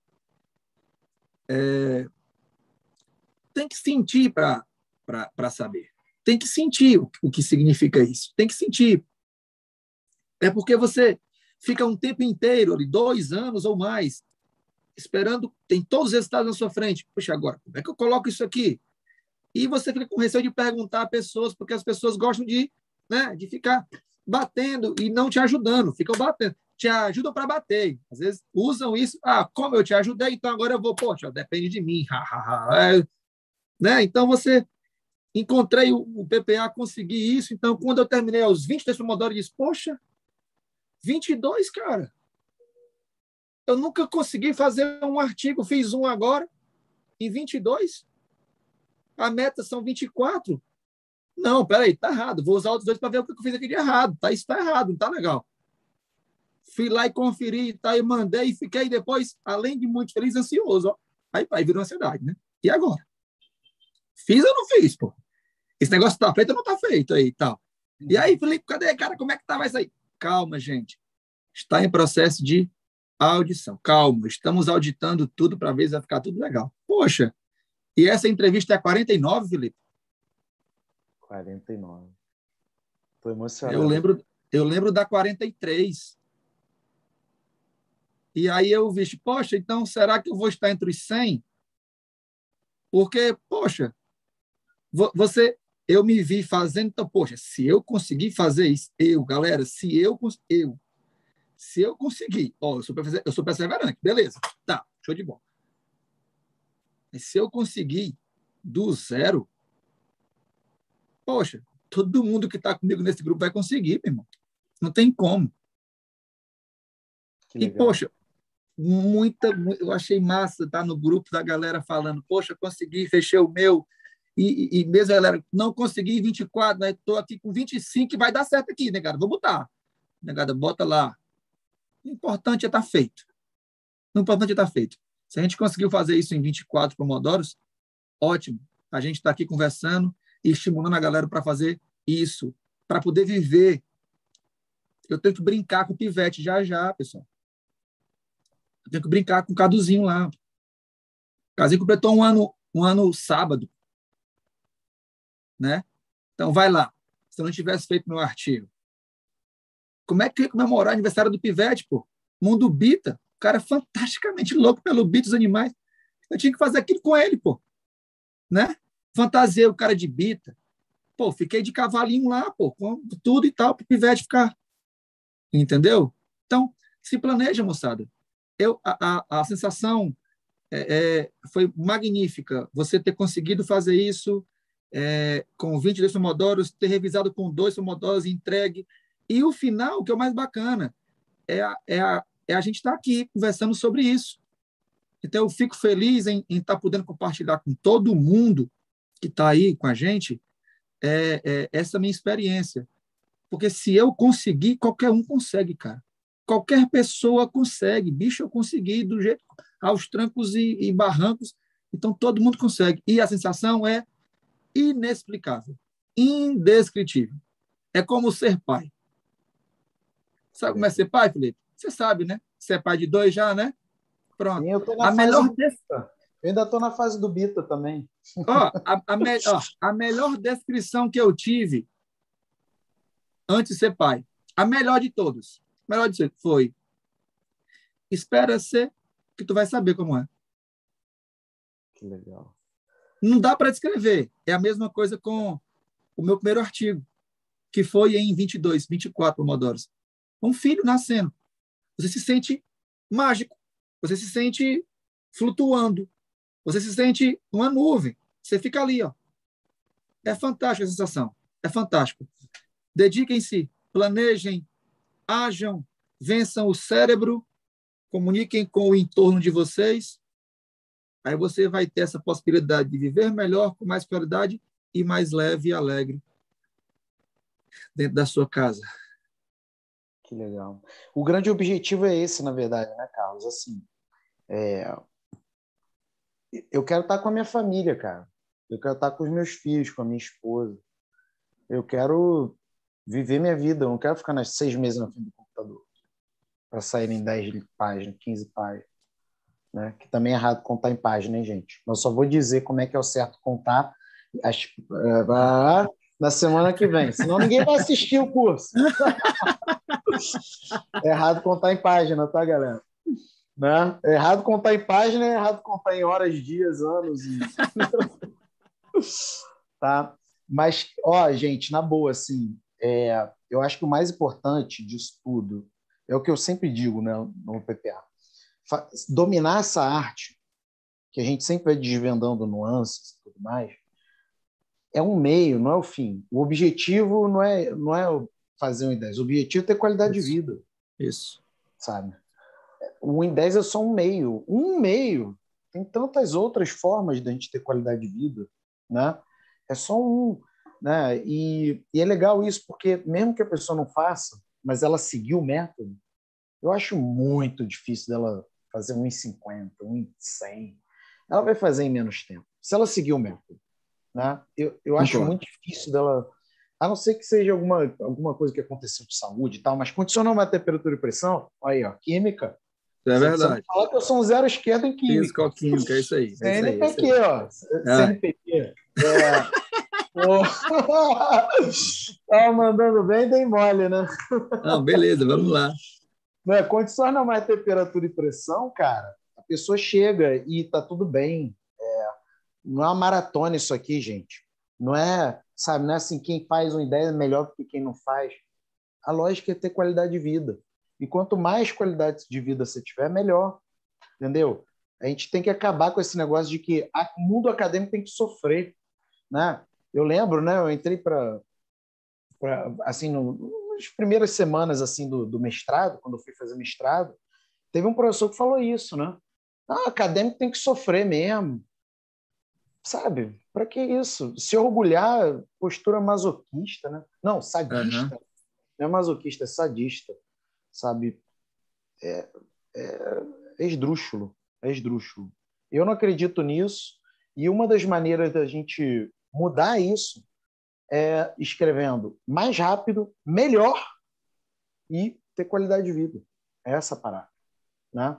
tem que sentir para saber. Tem que sentir o que significa isso. Tem que sentir. É porque você fica um tempo inteiro, ali, 2 anos ou mais, esperando, tem todos os resultados na sua frente. Puxa, agora, como é que eu coloco isso aqui? E você fica com receio de perguntar a pessoas, porque as pessoas gostam de ficar batendo e não te ajudando, ficam batendo. Te ajudam para bater. Às vezes usam isso. Como eu te ajudei, então agora eu vou. Poxa, depende de mim. Né? Então, encontrei o PPA, consegui isso. Então, quando eu terminei aos 22 Pomodoro, eu disse, poxa, 22, cara. Eu nunca consegui fazer um artigo, fiz um agora, em 22. A meta são 24. Não, peraí, tá errado. Vou usar outros 2 para ver o que eu fiz aqui de errado. Isso está errado, não está legal. Fui lá e conferi, e mandei, e fiquei depois, além de muito feliz, ansioso. Ó. Aí virou ansiedade, né? E agora? Fiz ou não fiz, pô? Esse negócio está feito ou não está feito aí e tal. E aí, Felipe, cadê, cara? Como é que tá? Vai sair? Calma, gente. Está em processo de audição. Calma, estamos auditando tudo para ver se vai ficar tudo legal. Poxa, e essa entrevista é a 49, Felipe? 49. Estou emocionado. Eu lembro da 43. E aí eu vi, poxa, então será que eu vou estar entre os 100? Porque, poxa, eu me vi fazendo, então, poxa, se eu conseguir fazer isso, galera, se eu conseguir, eu sou perseverante, beleza, tá, show de bola. Mas se eu conseguir do 0, poxa, todo mundo que está comigo nesse grupo vai conseguir, meu irmão. Não tem como. E, poxa, eu achei massa estar no grupo da galera falando, poxa, consegui, fechei o meu, e mesmo a galera, não consegui 24, né? Estou aqui com 25 e vai dar certo aqui, negada, vou botar. Negada, bota lá. O importante é estar feito. O importante é estar feito. Se a gente conseguiu fazer isso em 24 pomodoros, ótimo. A gente está aqui conversando e estimulando a galera para fazer isso, para poder viver. Eu tenho que brincar com o pivete já, pessoal. Eu tenho que brincar com o Caduzinho lá. O Caduzinho completou um ano sábado. Né? Então, vai lá. Se eu não tivesse feito meu artigo. Como é que eu ia comemorar o aniversário do pivete, pô? Mundo Bita. O cara é fantasticamente louco pelo beat dos animais. Eu tinha que fazer aquilo com ele, pô. Né? Fantasiei o cara de Bita. Pô, fiquei de cavalinho lá, pô, com tudo e tal, para o pivete ficar. Entendeu? Então, se planeja, moçada. A sensação foi magnífica. Você ter conseguido fazer isso com 22 pomodoros, ter revisado com 2 pomodoros e entregue. E o final, que é o mais bacana, é a gente estar aqui conversando sobre isso. Então, eu fico feliz em estar podendo compartilhar com todo mundo que está aí com a gente essa minha experiência. Porque se eu conseguir, qualquer um consegue, cara. Qualquer pessoa consegue. Bicho, eu consegui do jeito, aos trancos e barrancos. Então, todo mundo consegue. E a sensação é inexplicável, indescritível. É como ser pai. Sabe como é ser pai, Felipe? Você sabe, né? Você é pai de 2 já, né? Pronto. Sim, eu tô na fase do Bita. Eu ainda estou na fase do Bita também. A melhor descrição que eu tive antes de ser pai, a melhor de todas, foi: espera ser que tu vai saber como é. Que legal. Não dá para descrever. É a mesma coisa com o meu primeiro artigo, que foi em 22, 24 pomodoros. Um filho nascendo. Você se sente mágico. Você se sente flutuando. Você se sente uma nuvem. Você fica ali, ó. É fantástica a sensação. É fantástico. Dediquem-se, planejem, ajam, vençam o cérebro, comuniquem com o entorno de vocês. Aí você vai ter essa possibilidade de viver melhor, com mais qualidade e mais leve e alegre dentro da sua casa. Que legal. O grande objetivo é esse, na verdade, né, Carlos? Assim, eu quero estar com a minha família, cara. Eu quero estar com os meus filhos, com a minha esposa. Eu quero viver minha vida. Eu não quero ficar nas 6 meses na frente do computador para sair em 10 páginas, 15 páginas. Né? Que também é errado contar em página, hein, gente? Mas só vou dizer como é que é o certo contar na semana que vem. Senão ninguém vai assistir o curso. É errado contar em página, tá, galera? Né? É errado contar em página, é errado contar em horas, dias, anos. Tá? Mas, ó, gente, na boa, assim, eu acho que o mais importante disso tudo é o que eu sempre digo, né, no PPA. Dominar essa arte, que a gente sempre vai desvendando nuances e tudo mais, é um meio, não é o fim. O objetivo não é fazer um I10. O objetivo é ter qualidade de vida. Isso. Sabe? O I10 é só um meio. Um meio. Tem tantas outras formas de a gente ter qualidade de vida, né? É só um. Né? E é legal isso, porque mesmo que a pessoa não faça, mas ela seguir o método, eu acho muito difícil dela fazer 1,50, 1,100. Ela vai fazer em menos tempo, se ela seguir o método. Né? Eu acho muito difícil dela, a não ser que seja alguma coisa que aconteceu de saúde e tal, mas condicionar uma temperatura e pressão, aí, ó, química. É verdade. Você fala que eu sou um zero esquerdo em química. Físico-química, é isso aí. CNPq, ó. CNPq. Tava mandando bem, tem mole, né? Não, beleza, vamos lá. Condiciona mais temperatura e pressão, cara, a pessoa chega e tá tudo bem. Não é uma maratona isso aqui, gente. Não é, sabe, não é assim, quem faz uma ideia é melhor do que quem não faz. A lógica é ter qualidade de vida. E quanto mais qualidade de vida você tiver, melhor. Entendeu? A gente tem que acabar com esse negócio de que o mundo acadêmico tem que sofrer. Né? Eu lembro, né? Eu entrei assim, nas primeiras semanas assim do mestrado, quando eu fui fazer mestrado, teve um professor que falou isso, né? Não, acadêmico tem que sofrer mesmo. Sabe? Para que isso? Se orgulhar, postura masoquista, né? Não, sadista. Uhum. Não é masoquista, é sadista. Sabe? É esdrúxulo. É esdrúxulo. Eu não acredito nisso. E uma das maneiras da gente mudar isso é escrevendo mais rápido, melhor e ter qualidade de vida. É essa a parada. Né?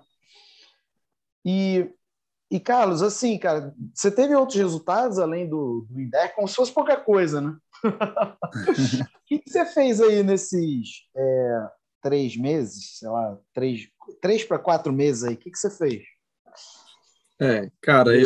E, Carlos, assim, cara, você teve outros resultados além do INDEC, como se fosse pouca coisa, né? O que você fez aí nesses 3 meses, sei lá, 3 para 4 meses aí? O que você fez? Cara,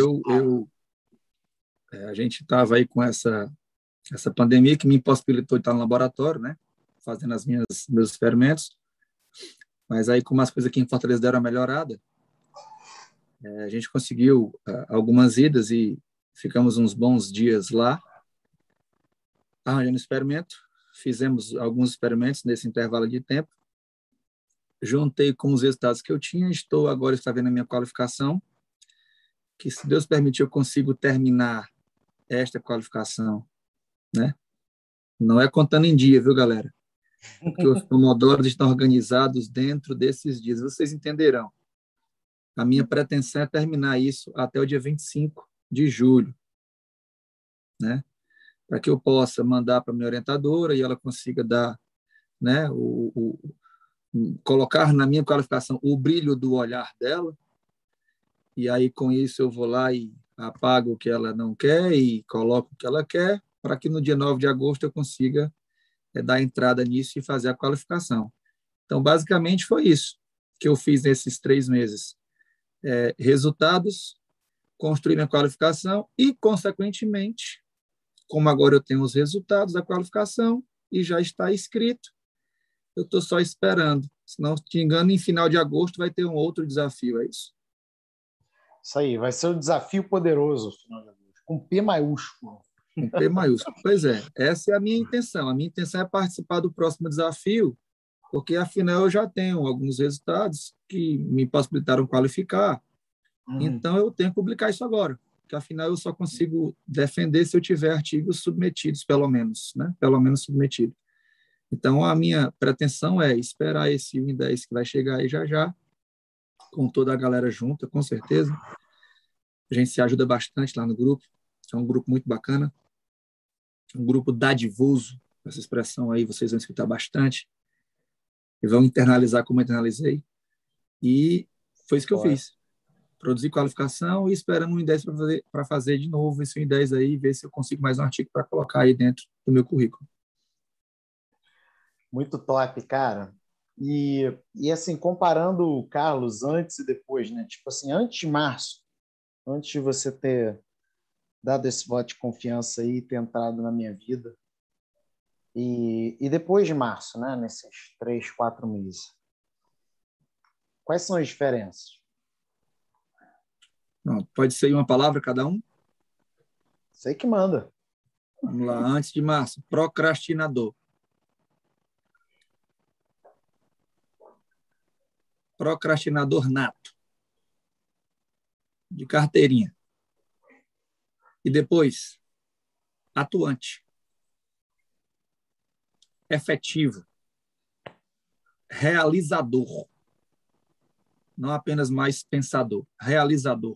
a gente estava aí com essa pandemia que me impossibilitou de estar no laboratório, né? Fazendo meus experimentos. Mas aí, como as coisas aqui em Fortaleza deram uma melhorada, a gente conseguiu algumas idas e ficamos uns bons dias lá, arranjando experimento. Fizemos alguns experimentos nesse intervalo de tempo. Juntei com os resultados que eu tinha. Estou agora escrevendo a minha qualificação, que, se Deus permitir, eu consigo terminar esta qualificação, né? Não é contando em dia, viu, galera? Porque os pomodóros estão organizados dentro desses dias. Vocês entenderão. A minha pretensão é terminar isso até o dia 25 de julho, né? Para que eu possa mandar para a minha orientadora e ela consiga dar, né, colocar na minha qualificação o brilho do olhar dela, e aí com isso eu vou lá e apago o que ela não quer e coloco o que ela quer, para que no dia 9 de agosto eu consiga dar entrada nisso e fazer a qualificação. Então, basicamente, foi isso que eu fiz nesses 3 meses. Resultados, construir minha qualificação e, consequentemente, como agora eu tenho os resultados da qualificação e já está escrito, eu estou só esperando. Se não te engano, em final de agosto vai ter um outro desafio, é isso? Isso aí, vai ser um desafio poderoso, final de agosto, com P maiúsculo. Com P maiúsculo. Pois é, essa é a minha intenção. A minha intenção é participar do próximo desafio porque afinal eu já tenho alguns resultados que me possibilitaram qualificar. Então eu tenho que publicar isso agora, porque afinal eu só consigo defender se eu tiver artigos submetidos, pelo menos, né? Pelo menos submetido. Então a minha pretensão é esperar esse 1 em 10 que vai chegar aí já já, com toda a galera junta, com certeza. A gente se ajuda bastante lá no grupo, é um grupo muito bacana, um grupo dadivoso, essa expressão aí vocês vão escutar bastante, e vão internalizar como eu internalizei, e foi isso que eu fiz. Produzir qualificação e esperando 1 em 10 para fazer de novo esse 1 em 10 aí, ver se eu consigo mais um artigo para colocar aí dentro do meu currículo. Muito top, cara. E assim, comparando o Carlos antes e depois, né? Tipo assim, antes de março, antes de você ter dado esse voto de confiança aí, ter entrado na minha vida, e depois de março, né? Nesses 3, 4 meses. Quais são as diferenças? Não, pode ser uma palavra cada um? Sei que manda. Vamos lá, antes de março, procrastinador. Procrastinador nato, de carteirinha. E depois, atuante, efetivo, realizador. Não apenas mais pensador, realizador.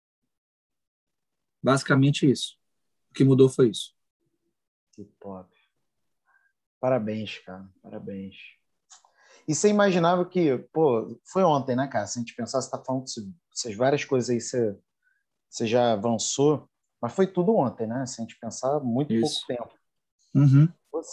Basicamente isso. O que mudou foi isso. Que top. Parabéns, cara. Parabéns. E você imaginava que, pô, foi ontem, né, cara? Se a gente pensar, você tá falando essas várias coisas aí, você já avançou, mas foi tudo ontem, né? Se a gente pensar, muito pouco Isso. tempo. Uhum.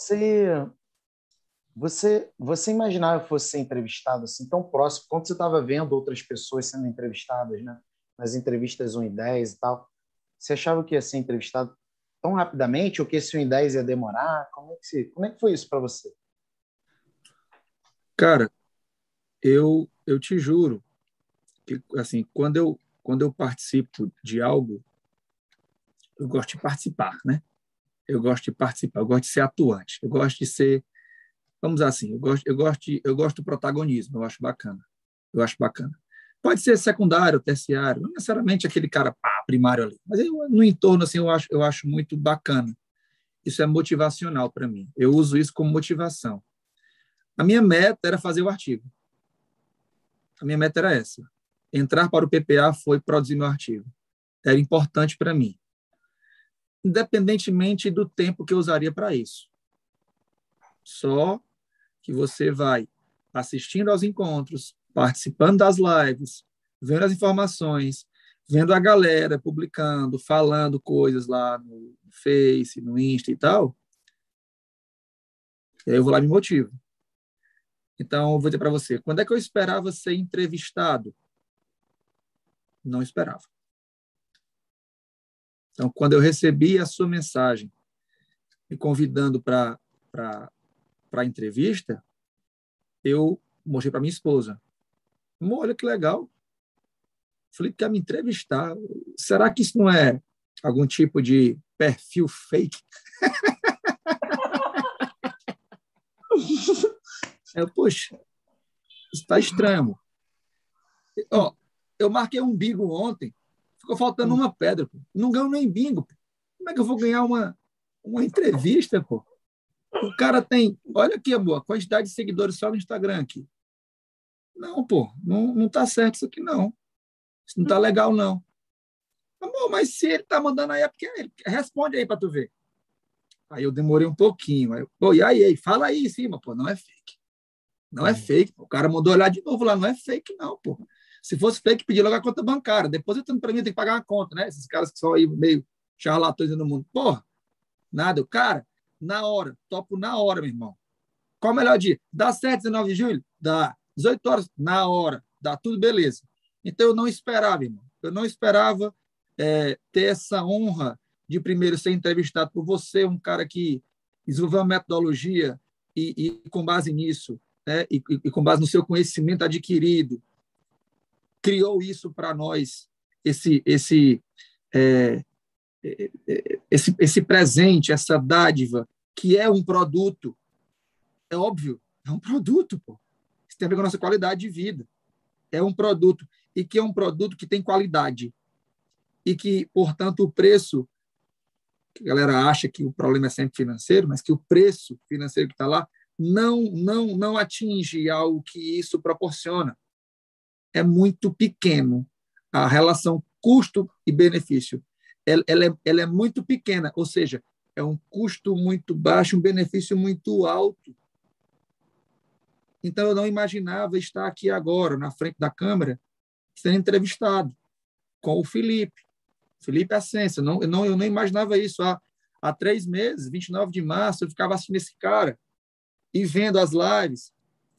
Você imaginava que fosse ser entrevistado assim tão próximo, quando você estava vendo outras pessoas sendo entrevistadas, né? Nas entrevistas 1 em 10 e tal, você achava que ia ser entrevistado tão rapidamente ou que esse 1 em 10 ia demorar? Como é que foi isso para você? Cara, eu te juro que, assim, quando eu participo de algo, eu gosto de participar, né? Eu gosto de participar, eu gosto de ser atuante, eu gosto de ser, vamos dizer assim, eu gosto do protagonismo, eu acho bacana. Eu acho bacana. Pode ser secundário, terciário, não necessariamente aquele cara primário ali, mas no entorno assim eu acho muito bacana. Isso é motivacional para mim. Eu uso isso como motivação. A minha meta era fazer o artigo. A minha meta era essa. Entrar para o PPA foi produzir meu artigo. Era importante para mim, independentemente do tempo que eu usaria para isso. Só que você vai assistindo aos encontros, participando das lives, vendo as informações, vendo a galera publicando, falando coisas lá no Face, no Insta e tal, e aí eu vou lá e me motivo. Então, eu vou dizer para você, quando é que eu esperava ser entrevistado? Não esperava. Então, quando eu recebi a sua mensagem me convidando para a entrevista, eu mostrei para minha esposa. Olha que legal. Falei, quer me entrevistar? Será que isso não é algum tipo de perfil fake? Poxa, isso está estranho. Ó, eu marquei um bingo ontem, ficou faltando uma pedra. Pô. Não ganho nem bingo. Pô. Como é que eu vou ganhar uma entrevista, pô? O cara tem, olha aqui, amor, a quantidade de seguidores só no Instagram aqui. Não, pô, não tá certo isso aqui, não. Isso não tá legal, não. Amor, mas se ele tá mandando aí, é porque ele responde aí para tu ver. Aí eu demorei um pouquinho. Aí, pô, e aí, fala aí em cima, pô, não é fake. Não é fake. Pô. O cara mandou olhar de novo lá, não é fake, não, pô. Se fosse fake, pedir logo a conta bancária. Depois eu tenho para mim, tem que pagar uma conta, né? Esses caras que são aí meio charlatões no mundo. Porra, nada. Cara, na hora, topo na hora, meu irmão. Qual o melhor dia? Dá certo 19 de julho? Dá. 18 horas? Na hora. Dá tudo beleza. Então eu não esperava, irmão. Eu não esperava ter essa honra de primeiro ser entrevistado por você, um cara que desenvolveu uma metodologia e com base nisso, né, e com base no seu conhecimento adquirido, criou isso para nós, é, esse presente, essa dádiva, que é um produto, é óbvio, É um produto, pô. Isso tem a ver com a nossa qualidade de vida. É um produto. E que é um produto que tem qualidade. E que, portanto, o preço, que a galera acha que o problema é sempre financeiro, mas que o preço financeiro que está lá não atinge algo que isso proporciona. É muito pequeno. A relação custo e benefício, ela é muito pequena, ou seja, é um custo muito baixo, um benefício muito alto. Então, eu não imaginava estar aqui agora, na frente da câmera, sendo entrevistado com o Felipe Ascenso. Eu não imaginava isso. Há 3 meses, 29 de março, eu ficava assistindo esse cara e vendo as lives,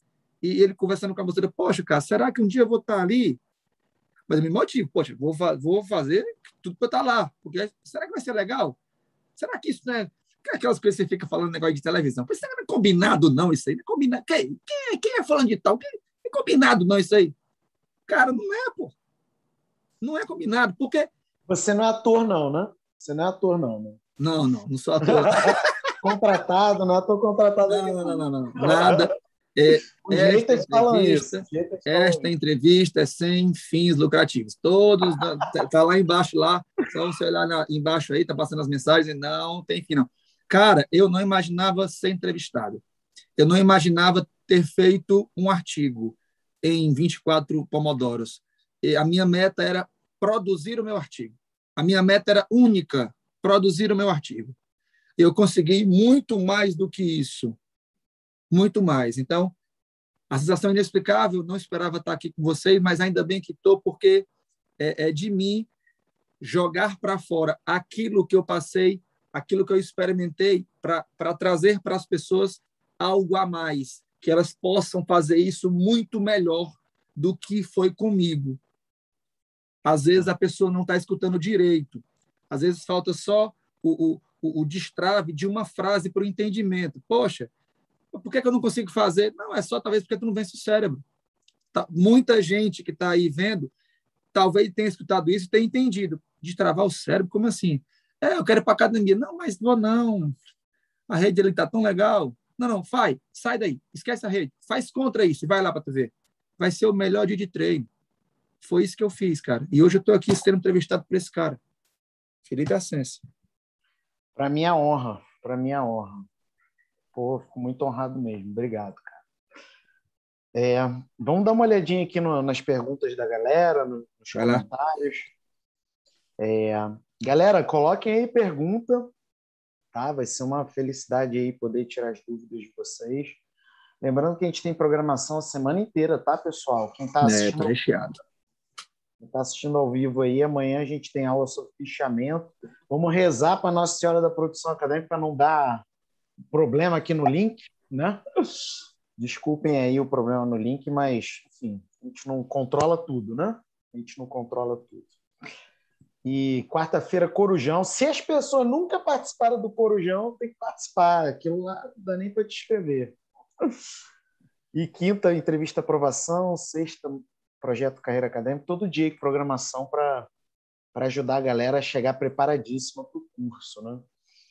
e ele conversando com a moça, poxa, cara, será que um dia eu vou estar ali? Mas eu me motivo, poxa, vou fazer tudo para estar lá, porque será que vai ser legal? Será que isso não é aquelas coisas que você fica falando negócio de televisão? Pois não é combinado, não, isso aí. Não é combinado. Quem é falando de tal? Não é combinado, não, isso aí. Cara, não é, pô. Não é combinado, porque... Você não é ator, não, né? Você não é ator, não, né? Não sou ator. Contratado, não é ator contratado. Não. Nada. Os haters falam isso. Esta entrevista é sem fins lucrativos. Todos, tá lá embaixo, lá, só você olhar embaixo aí, tá passando as mensagens, não tem fim, não. Cara, eu não imaginava ser entrevistado. Eu não imaginava ter feito um artigo em 24 pomodoros. E a minha meta era produzir o meu artigo. A minha meta era única, produzir o meu artigo. Eu consegui muito mais do que isso. Muito mais. Então, a sensação inexplicável, não esperava estar aqui com vocês, mas ainda bem que estou, porque é de mim jogar para fora aquilo que eu passei, aquilo que eu experimentei, para trazer para as pessoas algo a mais, que elas possam fazer isso muito melhor do que foi comigo. Às vezes a pessoa não está escutando direito, às vezes falta só o destrave de uma frase para o entendimento. Poxa, por que eu não consigo fazer? Não, é só talvez porque tu não vence o cérebro. Muita gente que está aí vendo, talvez tenha escutado isso e tenha entendido. Destravar o cérebro, como assim? Eu quero ir para a academia. Não, mas vou não. A rede está tão legal. Não, sai daí. Esquece a rede. Faz contra isso e vai lá para tu ver. Vai ser o melhor dia de treino. Foi isso que eu fiz, cara. E hoje eu estou aqui sendo entrevistado por esse cara. Felipe Ascenso. Para mim é honra. Para mim é honra. Pô, fico muito honrado mesmo. Obrigado, cara. Vamos dar uma olhadinha aqui nas perguntas da galera, nos comentários. Galera, coloquem aí pergunta, tá? Vai ser uma felicidade aí poder tirar as dúvidas de vocês. Lembrando que a gente tem programação a semana inteira, tá, pessoal? Quem está assistindo, tá assistindo ao vivo aí, amanhã a gente tem aula sobre fichamento. Vamos rezar para Nossa Senhora da Produção Acadêmica para não dar problema aqui no link, né? Desculpem aí o problema no link, mas, enfim, a gente não controla tudo, né? A gente não controla tudo. E quarta-feira, Corujão. Se as pessoas nunca participaram do Corujão, tem que participar. Aquilo lá não dá nem para te escrever. E quinta, entrevista aprovação. Sexta, projeto Carreira Acadêmica. Todo dia com programação para ajudar a galera a chegar preparadíssima para o curso, né?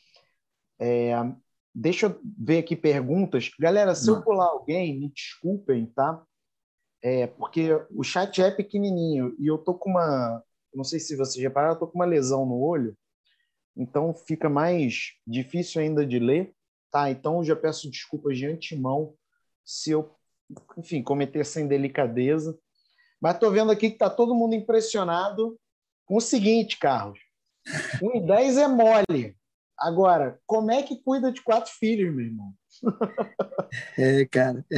Deixa eu ver aqui perguntas. Galera, se eu pular alguém, me desculpem, tá? Porque o chat é pequenininho e eu tô com uma... Não sei se vocês repararam, eu tô com uma lesão no olho, então fica mais difícil ainda de ler, tá? Então eu já peço desculpas de antemão se eu, enfim, cometer essa indelicadeza. Mas tô vendo aqui que tá todo mundo impressionado com o seguinte, Carlos. 1,10 é mole. Agora, como é que cuida de 4 filhos, meu irmão? Cara,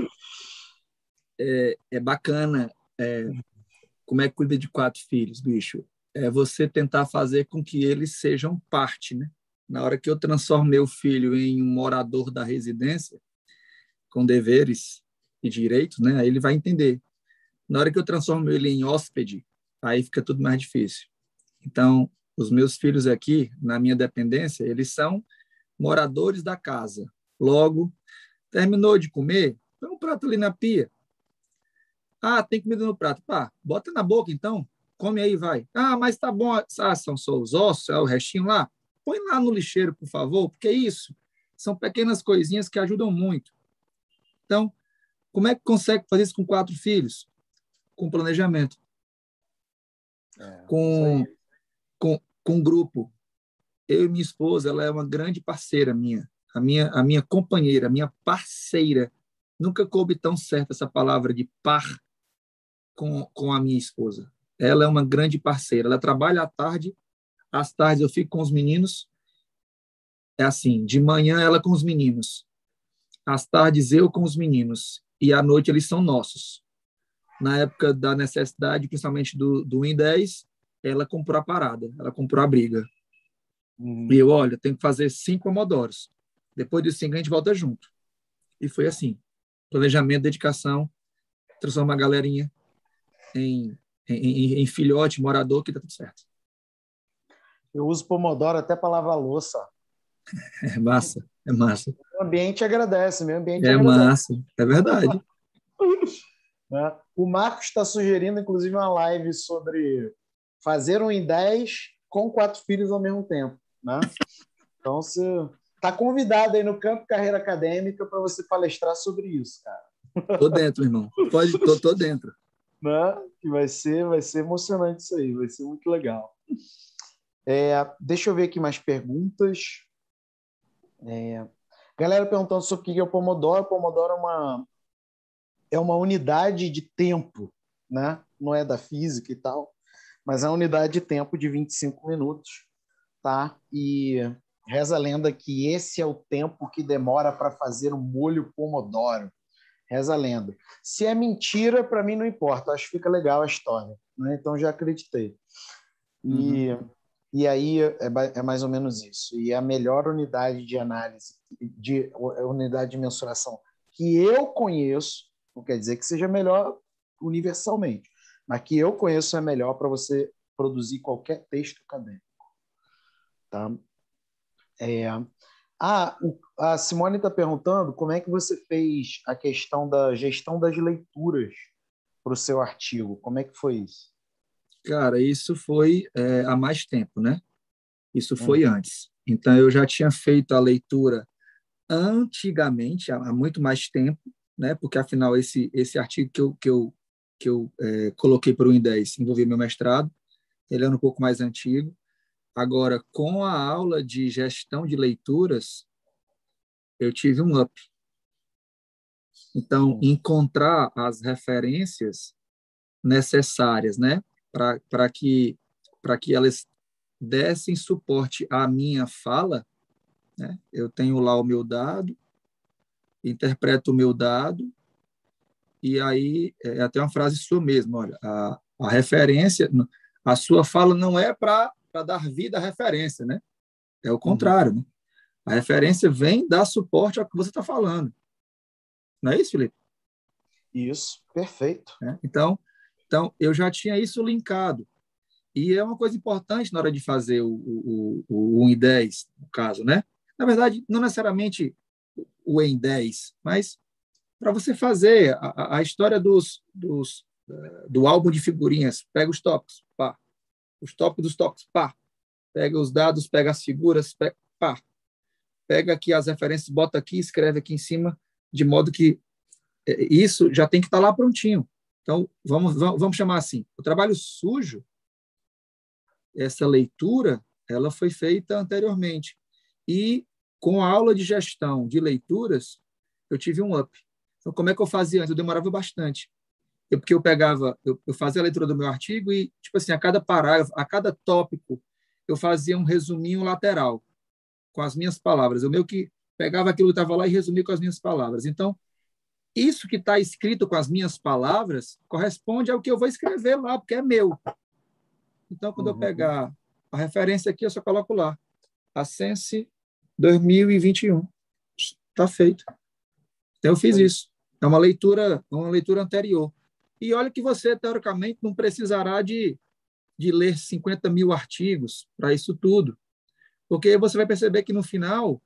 é bacana. Como é que cuida de 4 filhos, bicho? É você tentar fazer com que eles sejam parte, né? Na hora que eu transformo meu filho em um morador da residência, com deveres e direitos, né? Aí ele vai entender. Na hora que eu transformo ele em hóspede, aí fica tudo mais difícil. Então, os meus filhos aqui, na minha dependência, eles são moradores da casa. Logo, terminou de comer, põe um prato ali na pia. Tem comida no prato. Bota na boca, então. Come aí, vai. Mas tá bom. São só os ossos, é o restinho lá. Põe lá no lixeiro, por favor, porque isso são pequenas coisinhas que ajudam muito. Então, como é que consegue fazer isso com 4 filhos? Com planejamento, Isso aí. com grupo. Eu e minha esposa, ela é uma grande parceira minha, a minha companheira, a minha parceira. Nunca coube tão certo essa palavra de par com a minha esposa. Ela é uma grande parceira. Ela trabalha à tarde, às tardes eu fico com os meninos. É assim, de manhã ela com os meninos, às tardes eu com os meninos, e à noite eles são nossos. Na época da necessidade, principalmente do Win 10, ela comprou a parada, ela comprou a briga. E eu, olha, tem que fazer 5 pomodoros. Depois de 5, a gente volta junto. E foi assim. Planejamento, dedicação, transformar a galerinha em filhote, morador, que tá tudo certo. Eu uso Pomodoro até para lavar louça. É massa, é massa. O ambiente agradece, meu ambiente É agradece. massa, é verdade. Né? O Marcos está sugerindo, inclusive, uma live sobre fazer um em 10 com 4 filhos ao mesmo tempo. Né? Então, você está convidado aí no Campo Carreira Acadêmica para você palestrar sobre isso, cara. Tô dentro, irmão. Tô dentro. Né? Que vai ser emocionante isso aí, vai ser muito legal. Deixa eu ver aqui mais perguntas. Galera perguntando sobre o que é o Pomodoro. O Pomodoro é uma unidade de tempo, né? Não é da física e tal, mas é uma unidade de tempo de 25 minutos, tá? E reza a lenda que esse é o tempo que demora para fazer o molho Pomodoro. Reza a lenda. Se é mentira, para mim não importa. Acho que fica legal a história, né? Então já acreditei. E aí é mais ou menos isso. E a melhor unidade de análise, unidade de mensuração que eu conheço, não quer dizer que seja melhor universalmente, mas que eu conheço é melhor para você produzir qualquer texto acadêmico. Tá? A Simone está perguntando como é que você fez a questão da gestão das leituras para o seu artigo. Como é que foi isso? Cara, isso foi há mais tempo, né? Isso foi antes. Então, eu já tinha feito a leitura antigamente, há muito mais tempo, né? Porque, afinal, esse artigo que eu coloquei para o IN10 envolvia meu mestrado, ele é um pouco mais antigo. Agora, com a aula de gestão de leituras, eu tive um up. Então, encontrar as referências necessárias, né? Para que elas dessem suporte à minha fala, né? Eu tenho lá o meu dado, interpreto o meu dado, e aí é até uma frase sua mesmo, olha, a referência, a sua fala não é para dar vida à referência, né? É o contrário, né? A referência vem dar suporte ao que você está falando. Não é isso, Felipe? Isso, perfeito. Então, eu já tinha isso linkado. E é uma coisa importante na hora de fazer o 1 em 10, no caso, né? Na verdade, não necessariamente o em 10, mas para você fazer a história do álbum de figurinhas. Pega os tópicos, pá. Os tópicos dos tópicos, pá. Pega os dados, pega as figuras, pá. Pega aqui as referências, bota aqui, escreve aqui em cima, de modo que isso já tem que estar lá prontinho. Então, vamos chamar assim. O trabalho sujo, essa leitura, ela foi feita anteriormente. E com a aula de gestão de leituras, eu tive um up. Então, como é que eu fazia antes? Eu demorava bastante. Porque eu fazia a leitura do meu artigo e, tipo assim, a cada parágrafo, a cada tópico, eu fazia um resuminho lateral com as minhas palavras. Eu meio que pegava aquilo que estava lá e resumia com as minhas palavras. Então, isso que está escrito com as minhas palavras corresponde ao que eu vou escrever lá, porque é meu. Então, quando eu pegar a referência aqui, eu só coloco lá. A Sense 2021. Está feito. Então, eu fiz isso. É uma leitura anterior. E olha que você, teoricamente, não precisará de ler 50 mil artigos para isso tudo. Porque você vai perceber que, no final,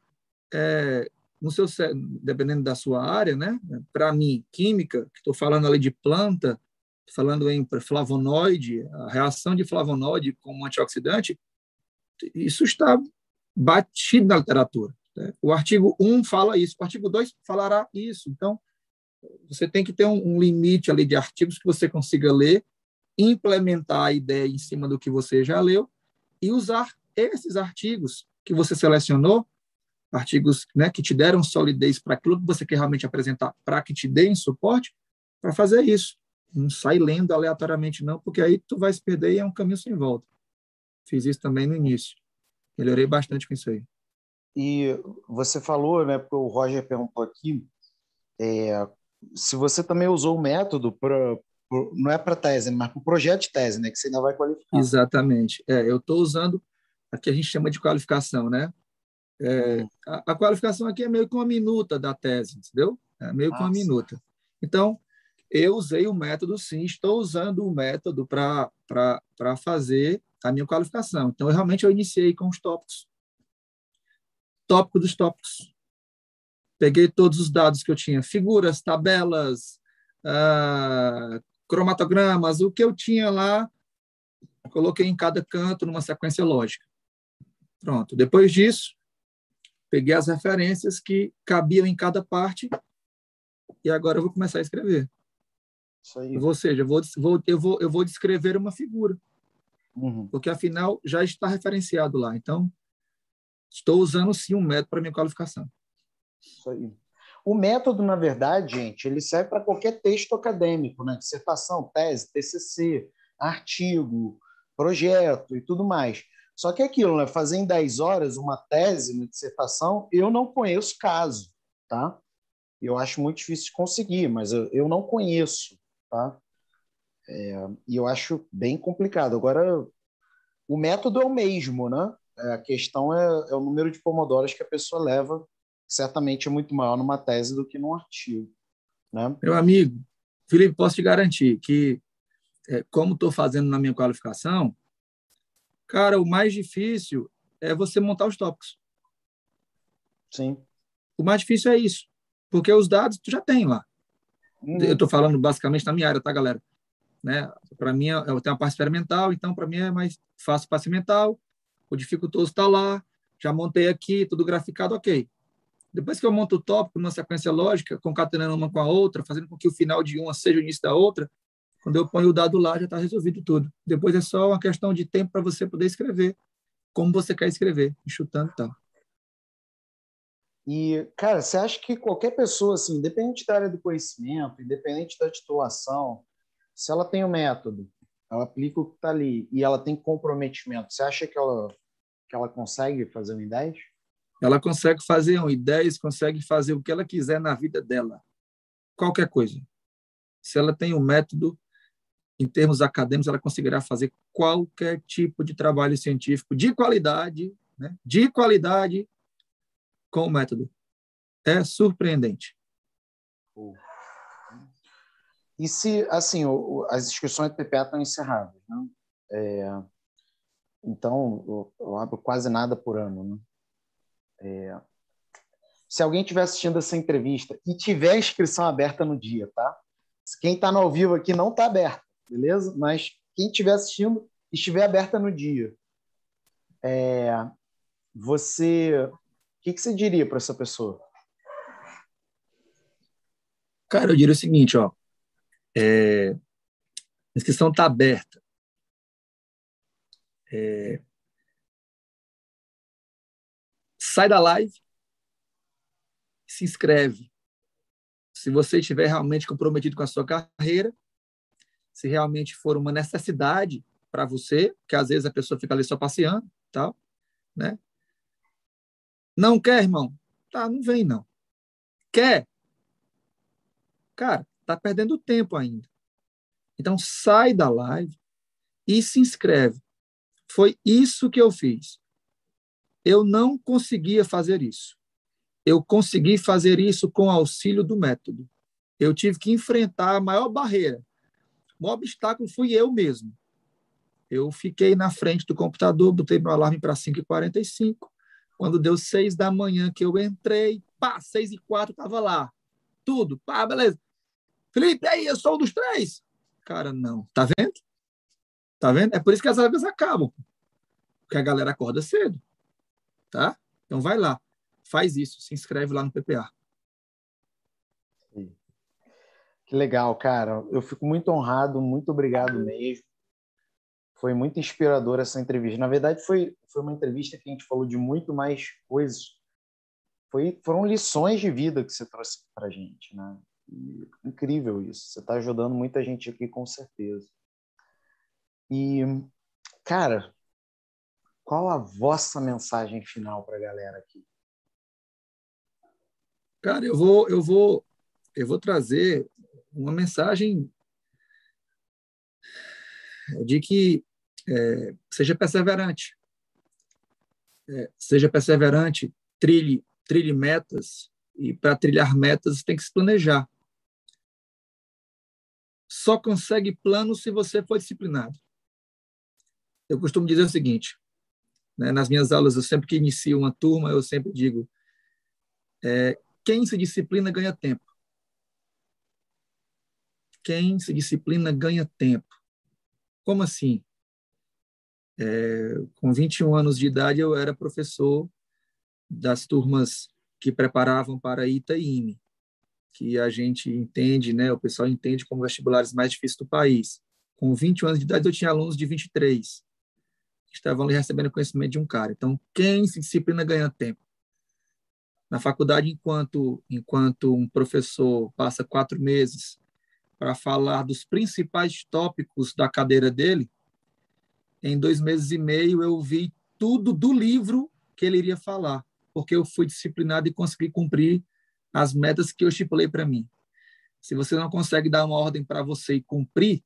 no seu, dependendo da sua área, né? Para mim, química, que estou falando ali de planta, falando em flavonoide, a reação de flavonoide como antioxidante, isso está batido na literatura. Né? O artigo 1 fala isso, o artigo 2 falará isso. Então, Você tem que ter um limite ali de artigos que você consiga ler, implementar a ideia em cima do que você já leu e usar esses artigos que você selecionou, artigos, né, que te deram solidez para aquilo que você quer realmente apresentar, para que te deem suporte, para fazer isso. Não sai lendo aleatoriamente, não, porque aí tu vai se perder e é um caminho sem volta. Fiz isso também no início. Melhorei bastante com isso aí. E você falou, né, porque o Roger perguntou aqui, se você também usou o método para, não é para tese, mas para o projeto de tese, né, que você ainda vai qualificar. Exatamente. Eu estou usando, aqui a gente chama de qualificação, né? A qualificação aqui é meio que uma minuta da tese, entendeu? É meio que uma minuta. Então, eu usei o método, sim, estou usando o método para fazer a minha qualificação. Então, eu iniciei com os tópicos. Tópico dos tópicos. Peguei todos os dados que eu tinha, figuras, tabelas, cromatogramas, o que eu tinha lá, coloquei em cada canto numa sequência lógica. Pronto. Depois disso, peguei as referências que cabiam em cada parte e agora eu vou começar a escrever. Isso aí. Ou seja, eu vou descrever uma figura, porque afinal já está referenciado lá. Então, estou usando sim um método para minha qualificação. Isso aí. O método, na verdade, gente, ele serve para qualquer texto acadêmico, né? Dissertação, tese, TCC, artigo, projeto e tudo mais. Só que é aquilo, né? Fazer em 10 horas uma tese, uma dissertação, eu não conheço caso, tá? Eu acho muito difícil de conseguir, mas eu não conheço, tá? E eu acho bem complicado. Agora, o método é o mesmo, né? A questão é o número de pomodoros que a pessoa leva, certamente é muito maior numa tese do que num artigo, né? Meu amigo, Felipe, posso te garantir que, como estou fazendo na minha qualificação, cara, o mais difícil é você montar os tópicos. Sim. O mais difícil é isso, porque os dados tu já tem lá. Eu estou falando basicamente na minha área, tá, galera? Né? Para mim, eu tenho uma parte experimental, então para mim é mais fácil parte experimental, o dificultoso está lá, já montei aqui, tudo graficado, ok. Depois que eu monto o tópico numa sequência lógica, concatenando uma com a outra, fazendo com que o final de uma seja o início da outra, quando eu ponho o dado lá, já está resolvido tudo. Depois é só uma questão de tempo para você poder escrever como você quer escrever, enxutando e tal. E, cara, você acha que qualquer pessoa, assim, independente da área do conhecimento, independente da titulação, se ela tem o método, ela aplica o que está ali e ela tem comprometimento, você acha que ela consegue fazer um 10? Ela consegue fazer um I10, consegue fazer o que ela quiser na vida dela. Qualquer coisa. Se ela tem um método, em termos acadêmicos, ela conseguirá fazer qualquer tipo de trabalho científico de qualidade, né? De qualidade, com o método. É surpreendente. E se, assim, as inscrições do PPA estão encerradas, né? Então, eu abro quase nada por ano, né? Se alguém estiver assistindo essa entrevista e tiver inscrição aberta no dia, tá? Quem está no ao vivo aqui não está aberta, beleza? Mas quem estiver assistindo estiver aberta no dia, o que você diria para essa pessoa? Cara, eu diria o seguinte, ó, a inscrição está aberta. Sai da live, se inscreve. Se você estiver realmente comprometido com a sua carreira, se realmente for uma necessidade para você, que às vezes a pessoa fica ali só passeando, tal, né? Não quer, irmão? Tá, não vem não. Quer? Cara, tá perdendo tempo ainda. Então sai da live e se inscreve. Foi isso que eu fiz. Eu não conseguia fazer isso. Eu consegui fazer isso com o auxílio do método. Eu tive que enfrentar a maior barreira. O obstáculo fui eu mesmo. Eu fiquei na frente do computador, botei meu alarme para 5h45. Quando deu 6 da manhã que eu entrei, pá, 6h04 estava lá. Tudo, pá, beleza. Felipe, aí, eu sou um dos 3. Cara, não. Tá vendo? Tá vendo? É por isso que as lives acabam. Porque a galera acorda cedo. Tá? Então vai lá. Faz isso. Se inscreve lá no PPA. Que legal, cara. Eu fico muito honrado, muito obrigado mesmo. Foi muito inspiradora essa entrevista. Na verdade, foi uma entrevista que a gente falou de muito mais coisas. Foram lições de vida que você trouxe para a gente, né? E, incrível isso. Você está ajudando muita gente aqui, com certeza. E, cara, qual a vossa mensagem final para a galera aqui? Cara, eu vou trazer uma mensagem de que seja perseverante, trilhe metas, e para trilhar metas tem que se planejar. Só consegue plano se você for disciplinado. Eu costumo dizer o seguinte, né, nas minhas aulas, eu sempre que inicio uma turma, eu sempre digo, quem se disciplina ganha tempo. Quem se disciplina ganha tempo. Como assim? Com 21 anos de idade, eu era professor das turmas que preparavam para ITA e IME, que a gente entende, né, o pessoal entende como vestibulares mais difíceis do país. Com 21 anos de idade, eu tinha alunos de 23, que estavam ali recebendo conhecimento de um cara. Então, quem se disciplina ganha tempo. Na faculdade, enquanto um professor passa 4 meses para falar dos principais tópicos da cadeira dele, em 2 meses e meio eu vi tudo do livro que ele iria falar, porque eu fui disciplinado e consegui cumprir as metas que eu estipulei para mim. Se você não consegue dar uma ordem para você e cumprir,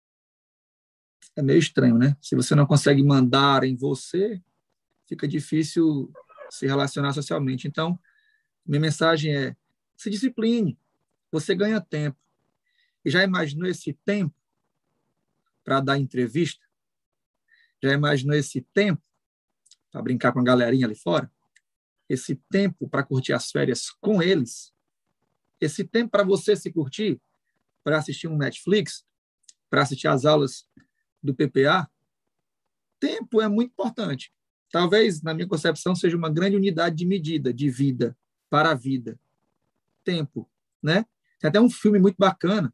é meio estranho, né? Se você não consegue mandar em você, fica difícil se relacionar socialmente. Então, minha mensagem é: se discipline, você ganha tempo. E já imaginou esse tempo para dar entrevista? Já imaginou esse tempo para brincar com a galerinha ali fora? Esse tempo para curtir as férias com eles? Esse tempo para você se curtir, para assistir um Netflix, para assistir às aulas do PPA? Tempo é muito importante. Talvez, na minha concepção, seja uma grande unidade de medida de vida para a vida. Tempo, né? Tem até um filme muito bacana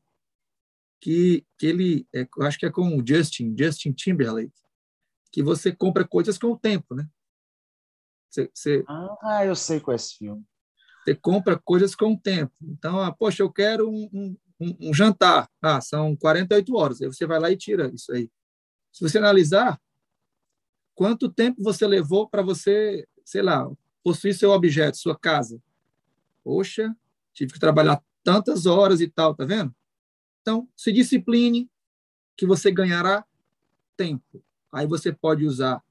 que ele, eu acho que é com o Justin Timberlake, que você compra coisas com o tempo, né? Você Eu sei qual é esse filme. Você compra coisas com o tempo. Então, poxa, eu quero um jantar. São 48 horas. Aí você vai lá e tira isso aí. Se você analisar, quanto tempo você levou para você, sei lá, possuir seu objeto, sua casa? Poxa, tive que trabalhar tantas horas e tal, tá vendo? Então, se discipline que você ganhará tempo. Aí você pode usar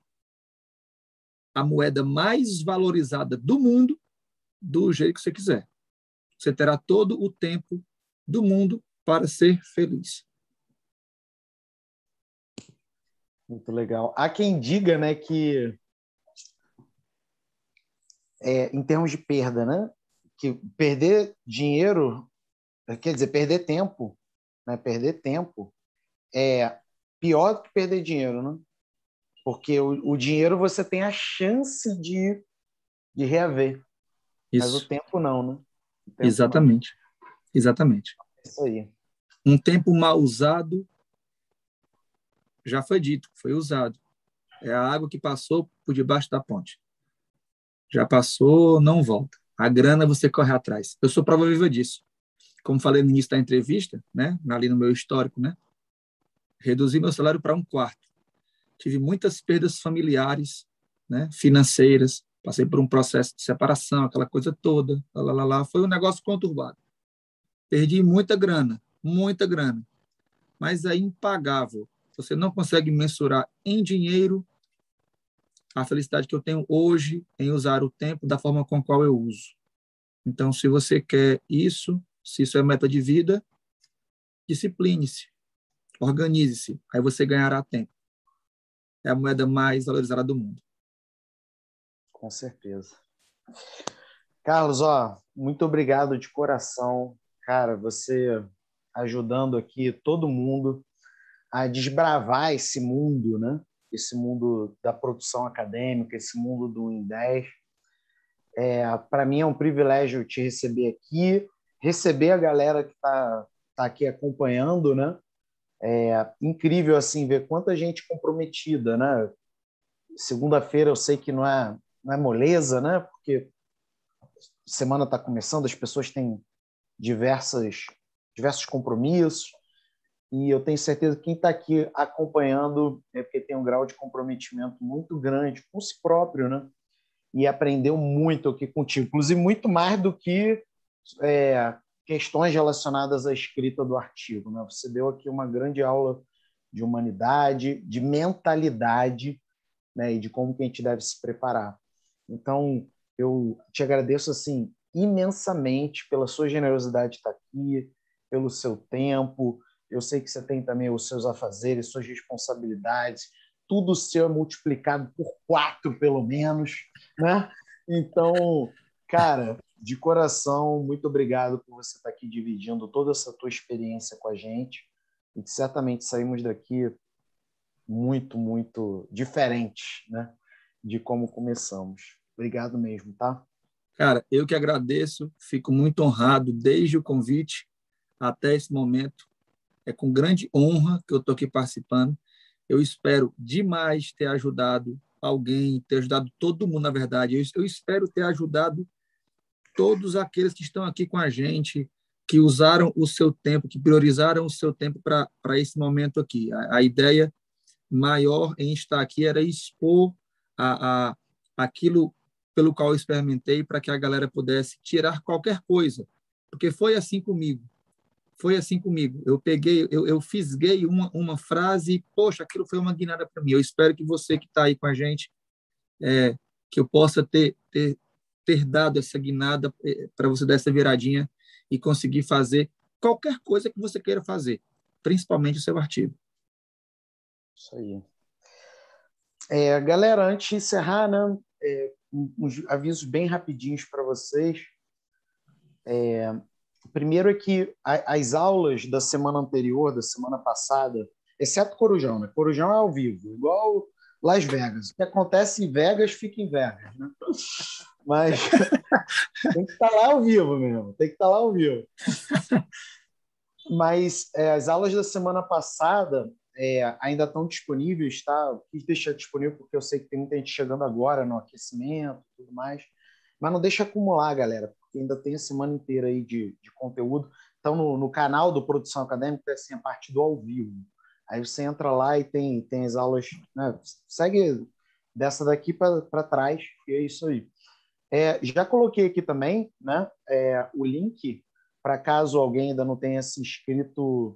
a moeda mais valorizada do mundo do jeito que você quiser. Você terá todo o tempo do mundo para ser feliz. Muito legal. Há quem diga, né, que em termos de perda, né, que perder dinheiro, quer dizer, perder tempo, né, perder tempo é pior do que perder dinheiro, né? Porque o dinheiro você tem a chance de reaver, mas o Isso, tempo não, né? O tempo não. exatamente. Exatamente. É isso aí. Um tempo mal usado, já foi dito, foi usado. É a água que passou por debaixo da ponte. Já passou, não volta. A grana você corre atrás. Eu sou prova viva disso. Como falei no início da entrevista, né, ali no meu histórico, né, reduzi meu salário para um quarto. Tive muitas perdas familiares, né, financeiras. Passei por um processo de separação, aquela coisa toda. Foi um negócio conturbado. Perdi muita grana, muita grana. Mas é impagável. Você não consegue mensurar em dinheiro a felicidade que eu tenho hoje em usar o tempo da forma com a qual eu uso. Então, se você quer isso, se isso é meta de vida, discipline-se, organize-se, aí você ganhará tempo. É a moeda mais valorizada do mundo. Com certeza. Carlos, ó, muito obrigado de coração. Cara, você ajudando aqui todo mundo a desbravar esse mundo, né? Esse mundo da produção acadêmica, esse mundo do IN10. Para mim é um privilégio te receber aqui, receber a galera que está tá aqui acompanhando, né? É incrível assim ver quanta gente comprometida, né? Segunda-feira eu sei que não é moleza, né? Porque a semana está começando, as pessoas têm diversos compromissos, e eu tenho certeza que quem está aqui acompanhando é porque tem um grau de comprometimento muito grande com si próprio, né? E aprendeu muito aqui contigo, inclusive muito mais do que questões relacionadas à escrita do artigo, né? Você deu aqui uma grande aula de humanidade, de mentalidade, né? E de como que a gente deve se preparar. Então, eu te agradeço assim imensamente pela sua generosidade de estar aqui, pelo seu tempo. Eu sei que você tem também os seus afazeres, suas responsabilidades, tudo seu é multiplicado por 4, pelo menos, né? Então, cara, de coração, muito obrigado por você estar aqui dividindo toda essa tua experiência com a gente, e que certamente saímos daqui muito, muito diferentes, né, de como começamos. Obrigado mesmo, tá? Cara, eu que agradeço, fico muito honrado desde o convite até esse momento. É com grande honra que eu estou aqui participando. Eu espero demais ter ajudado alguém, ter ajudado todo mundo, na verdade. Eu espero ter ajudado todos aqueles que estão aqui com a gente, que usaram o seu tempo, que priorizaram o seu tempo para esse momento aqui. A ideia maior em estar aqui era expor aquilo pelo qual eu experimentei para que a galera pudesse tirar qualquer coisa, porque foi assim comigo. Foi assim comigo. Eu fisguei uma frase e, poxa, aquilo foi uma guinada para mim. Eu espero que você que está aí com a gente, que eu possa ter dado essa guinada para você dar essa viradinha e conseguir fazer qualquer coisa que você queira fazer, principalmente o seu artigo. Isso aí. Galera, antes de encerrar, né, uns avisos bem rapidinhos para vocês. Primeiro é que as aulas da semana anterior, da semana passada, exceto Corujão, né? Corujão é ao vivo, igual Las Vegas. O que acontece em Vegas, fica em Vegas, né? Mas tem que estar lá ao vivo mesmo, tem que estar lá ao vivo. Mas as aulas da semana passada ainda estão disponíveis, tá? Eu quis deixar disponível porque eu sei que tem muita gente chegando agora no aquecimento e tudo mais. Mas não deixa acumular, galera, porque ainda tem a semana inteira aí de conteúdo. Então, no canal do Produção Acadêmica, tem assim, a parte do ao vivo. Aí você entra lá e tem as aulas, né? Segue dessa daqui para trás, e é isso aí. Já coloquei aqui também, né, o link para caso alguém ainda não tenha se inscrito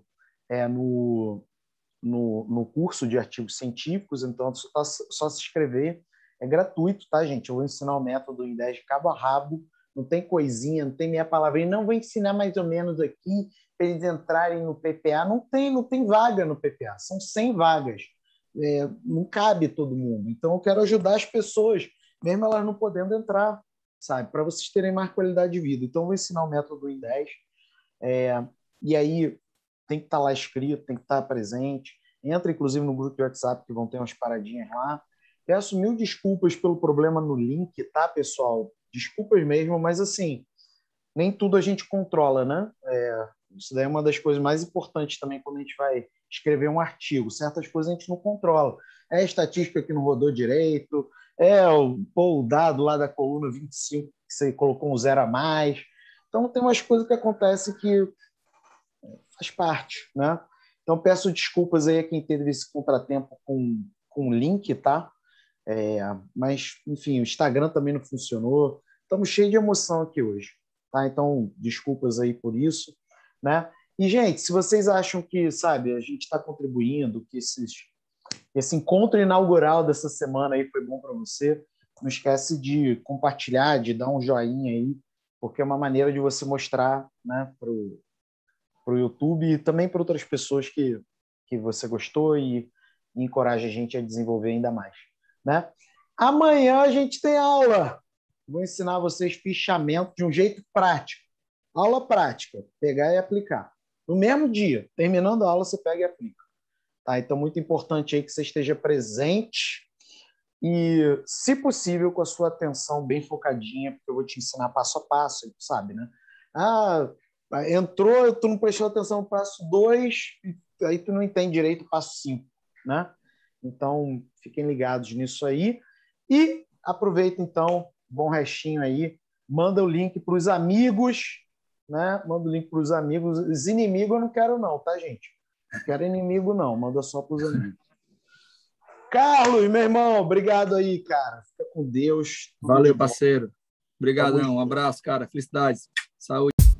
no curso de artigos científicos, então é só se inscrever. É gratuito, tá, gente? Eu vou ensinar o método em 10 de cabo a rabo, não tem coisinha, não tem meia palavrinha, não vou ensinar mais ou menos aqui para eles entrarem no PPA. Não tem vaga no PPA, são 100 vagas. Não cabe todo mundo. Então, eu quero ajudar as pessoas, mesmo elas não podendo entrar, sabe? Para vocês terem mais qualidade de vida. Então, eu vou ensinar o método em 10. E aí, tem que estar lá escrito, tem que estar presente. Entra, inclusive, no grupo de WhatsApp, que vão ter umas paradinhas lá. Peço mil desculpas pelo problema no link, tá, pessoal? Desculpas mesmo, mas assim, nem tudo a gente controla, né? Isso daí é uma das coisas mais importantes também quando a gente vai escrever um artigo. Certas coisas a gente não controla. É a estatística que não rodou direito, o dado lá da coluna 25 que você colocou um zero a mais. Então, tem umas coisas que acontecem que faz parte, né? Então, peço desculpas aí a quem teve esse contratempo com o link, tá? Mas, enfim, o Instagram também não funcionou. Estamos cheios de emoção aqui hoje, tá? Então, desculpas aí por isso, né? E, gente, se vocês acham que, sabe, a gente está contribuindo, que esse encontro inaugural dessa semana aí foi bom para você, não esquece de compartilhar, de dar um joinha aí, porque é uma maneira de você mostrar, né, para o YouTube e também para outras pessoas que você gostou e encoraja a gente a desenvolver ainda mais, né? Amanhã a gente tem aula. Vou ensinar vocês fichamento de um jeito prático. Aula prática, pegar e aplicar. No mesmo dia, terminando a aula, você pega e aplica. Tá? Então, muito importante aí que você esteja presente e, se possível, com a sua atenção bem focadinha, porque eu vou te ensinar passo a passo, sabe, né? Entrou, tu não prestou atenção no passo 2, aí tu não entende direito o passo 5, né? Então, fiquem ligados nisso aí. E aproveita, então, bom restinho aí, manda o link para os amigos, né? Manda o link para os amigos. Os inimigos eu não quero não, tá, gente? Não quero inimigo não, manda só para os amigos. Carlos, meu irmão, obrigado aí, cara. Fica com Deus. Valeu, parceiro. Tamo Obrigadão. Um junto. abraço, cara. Felicidades. Saúde.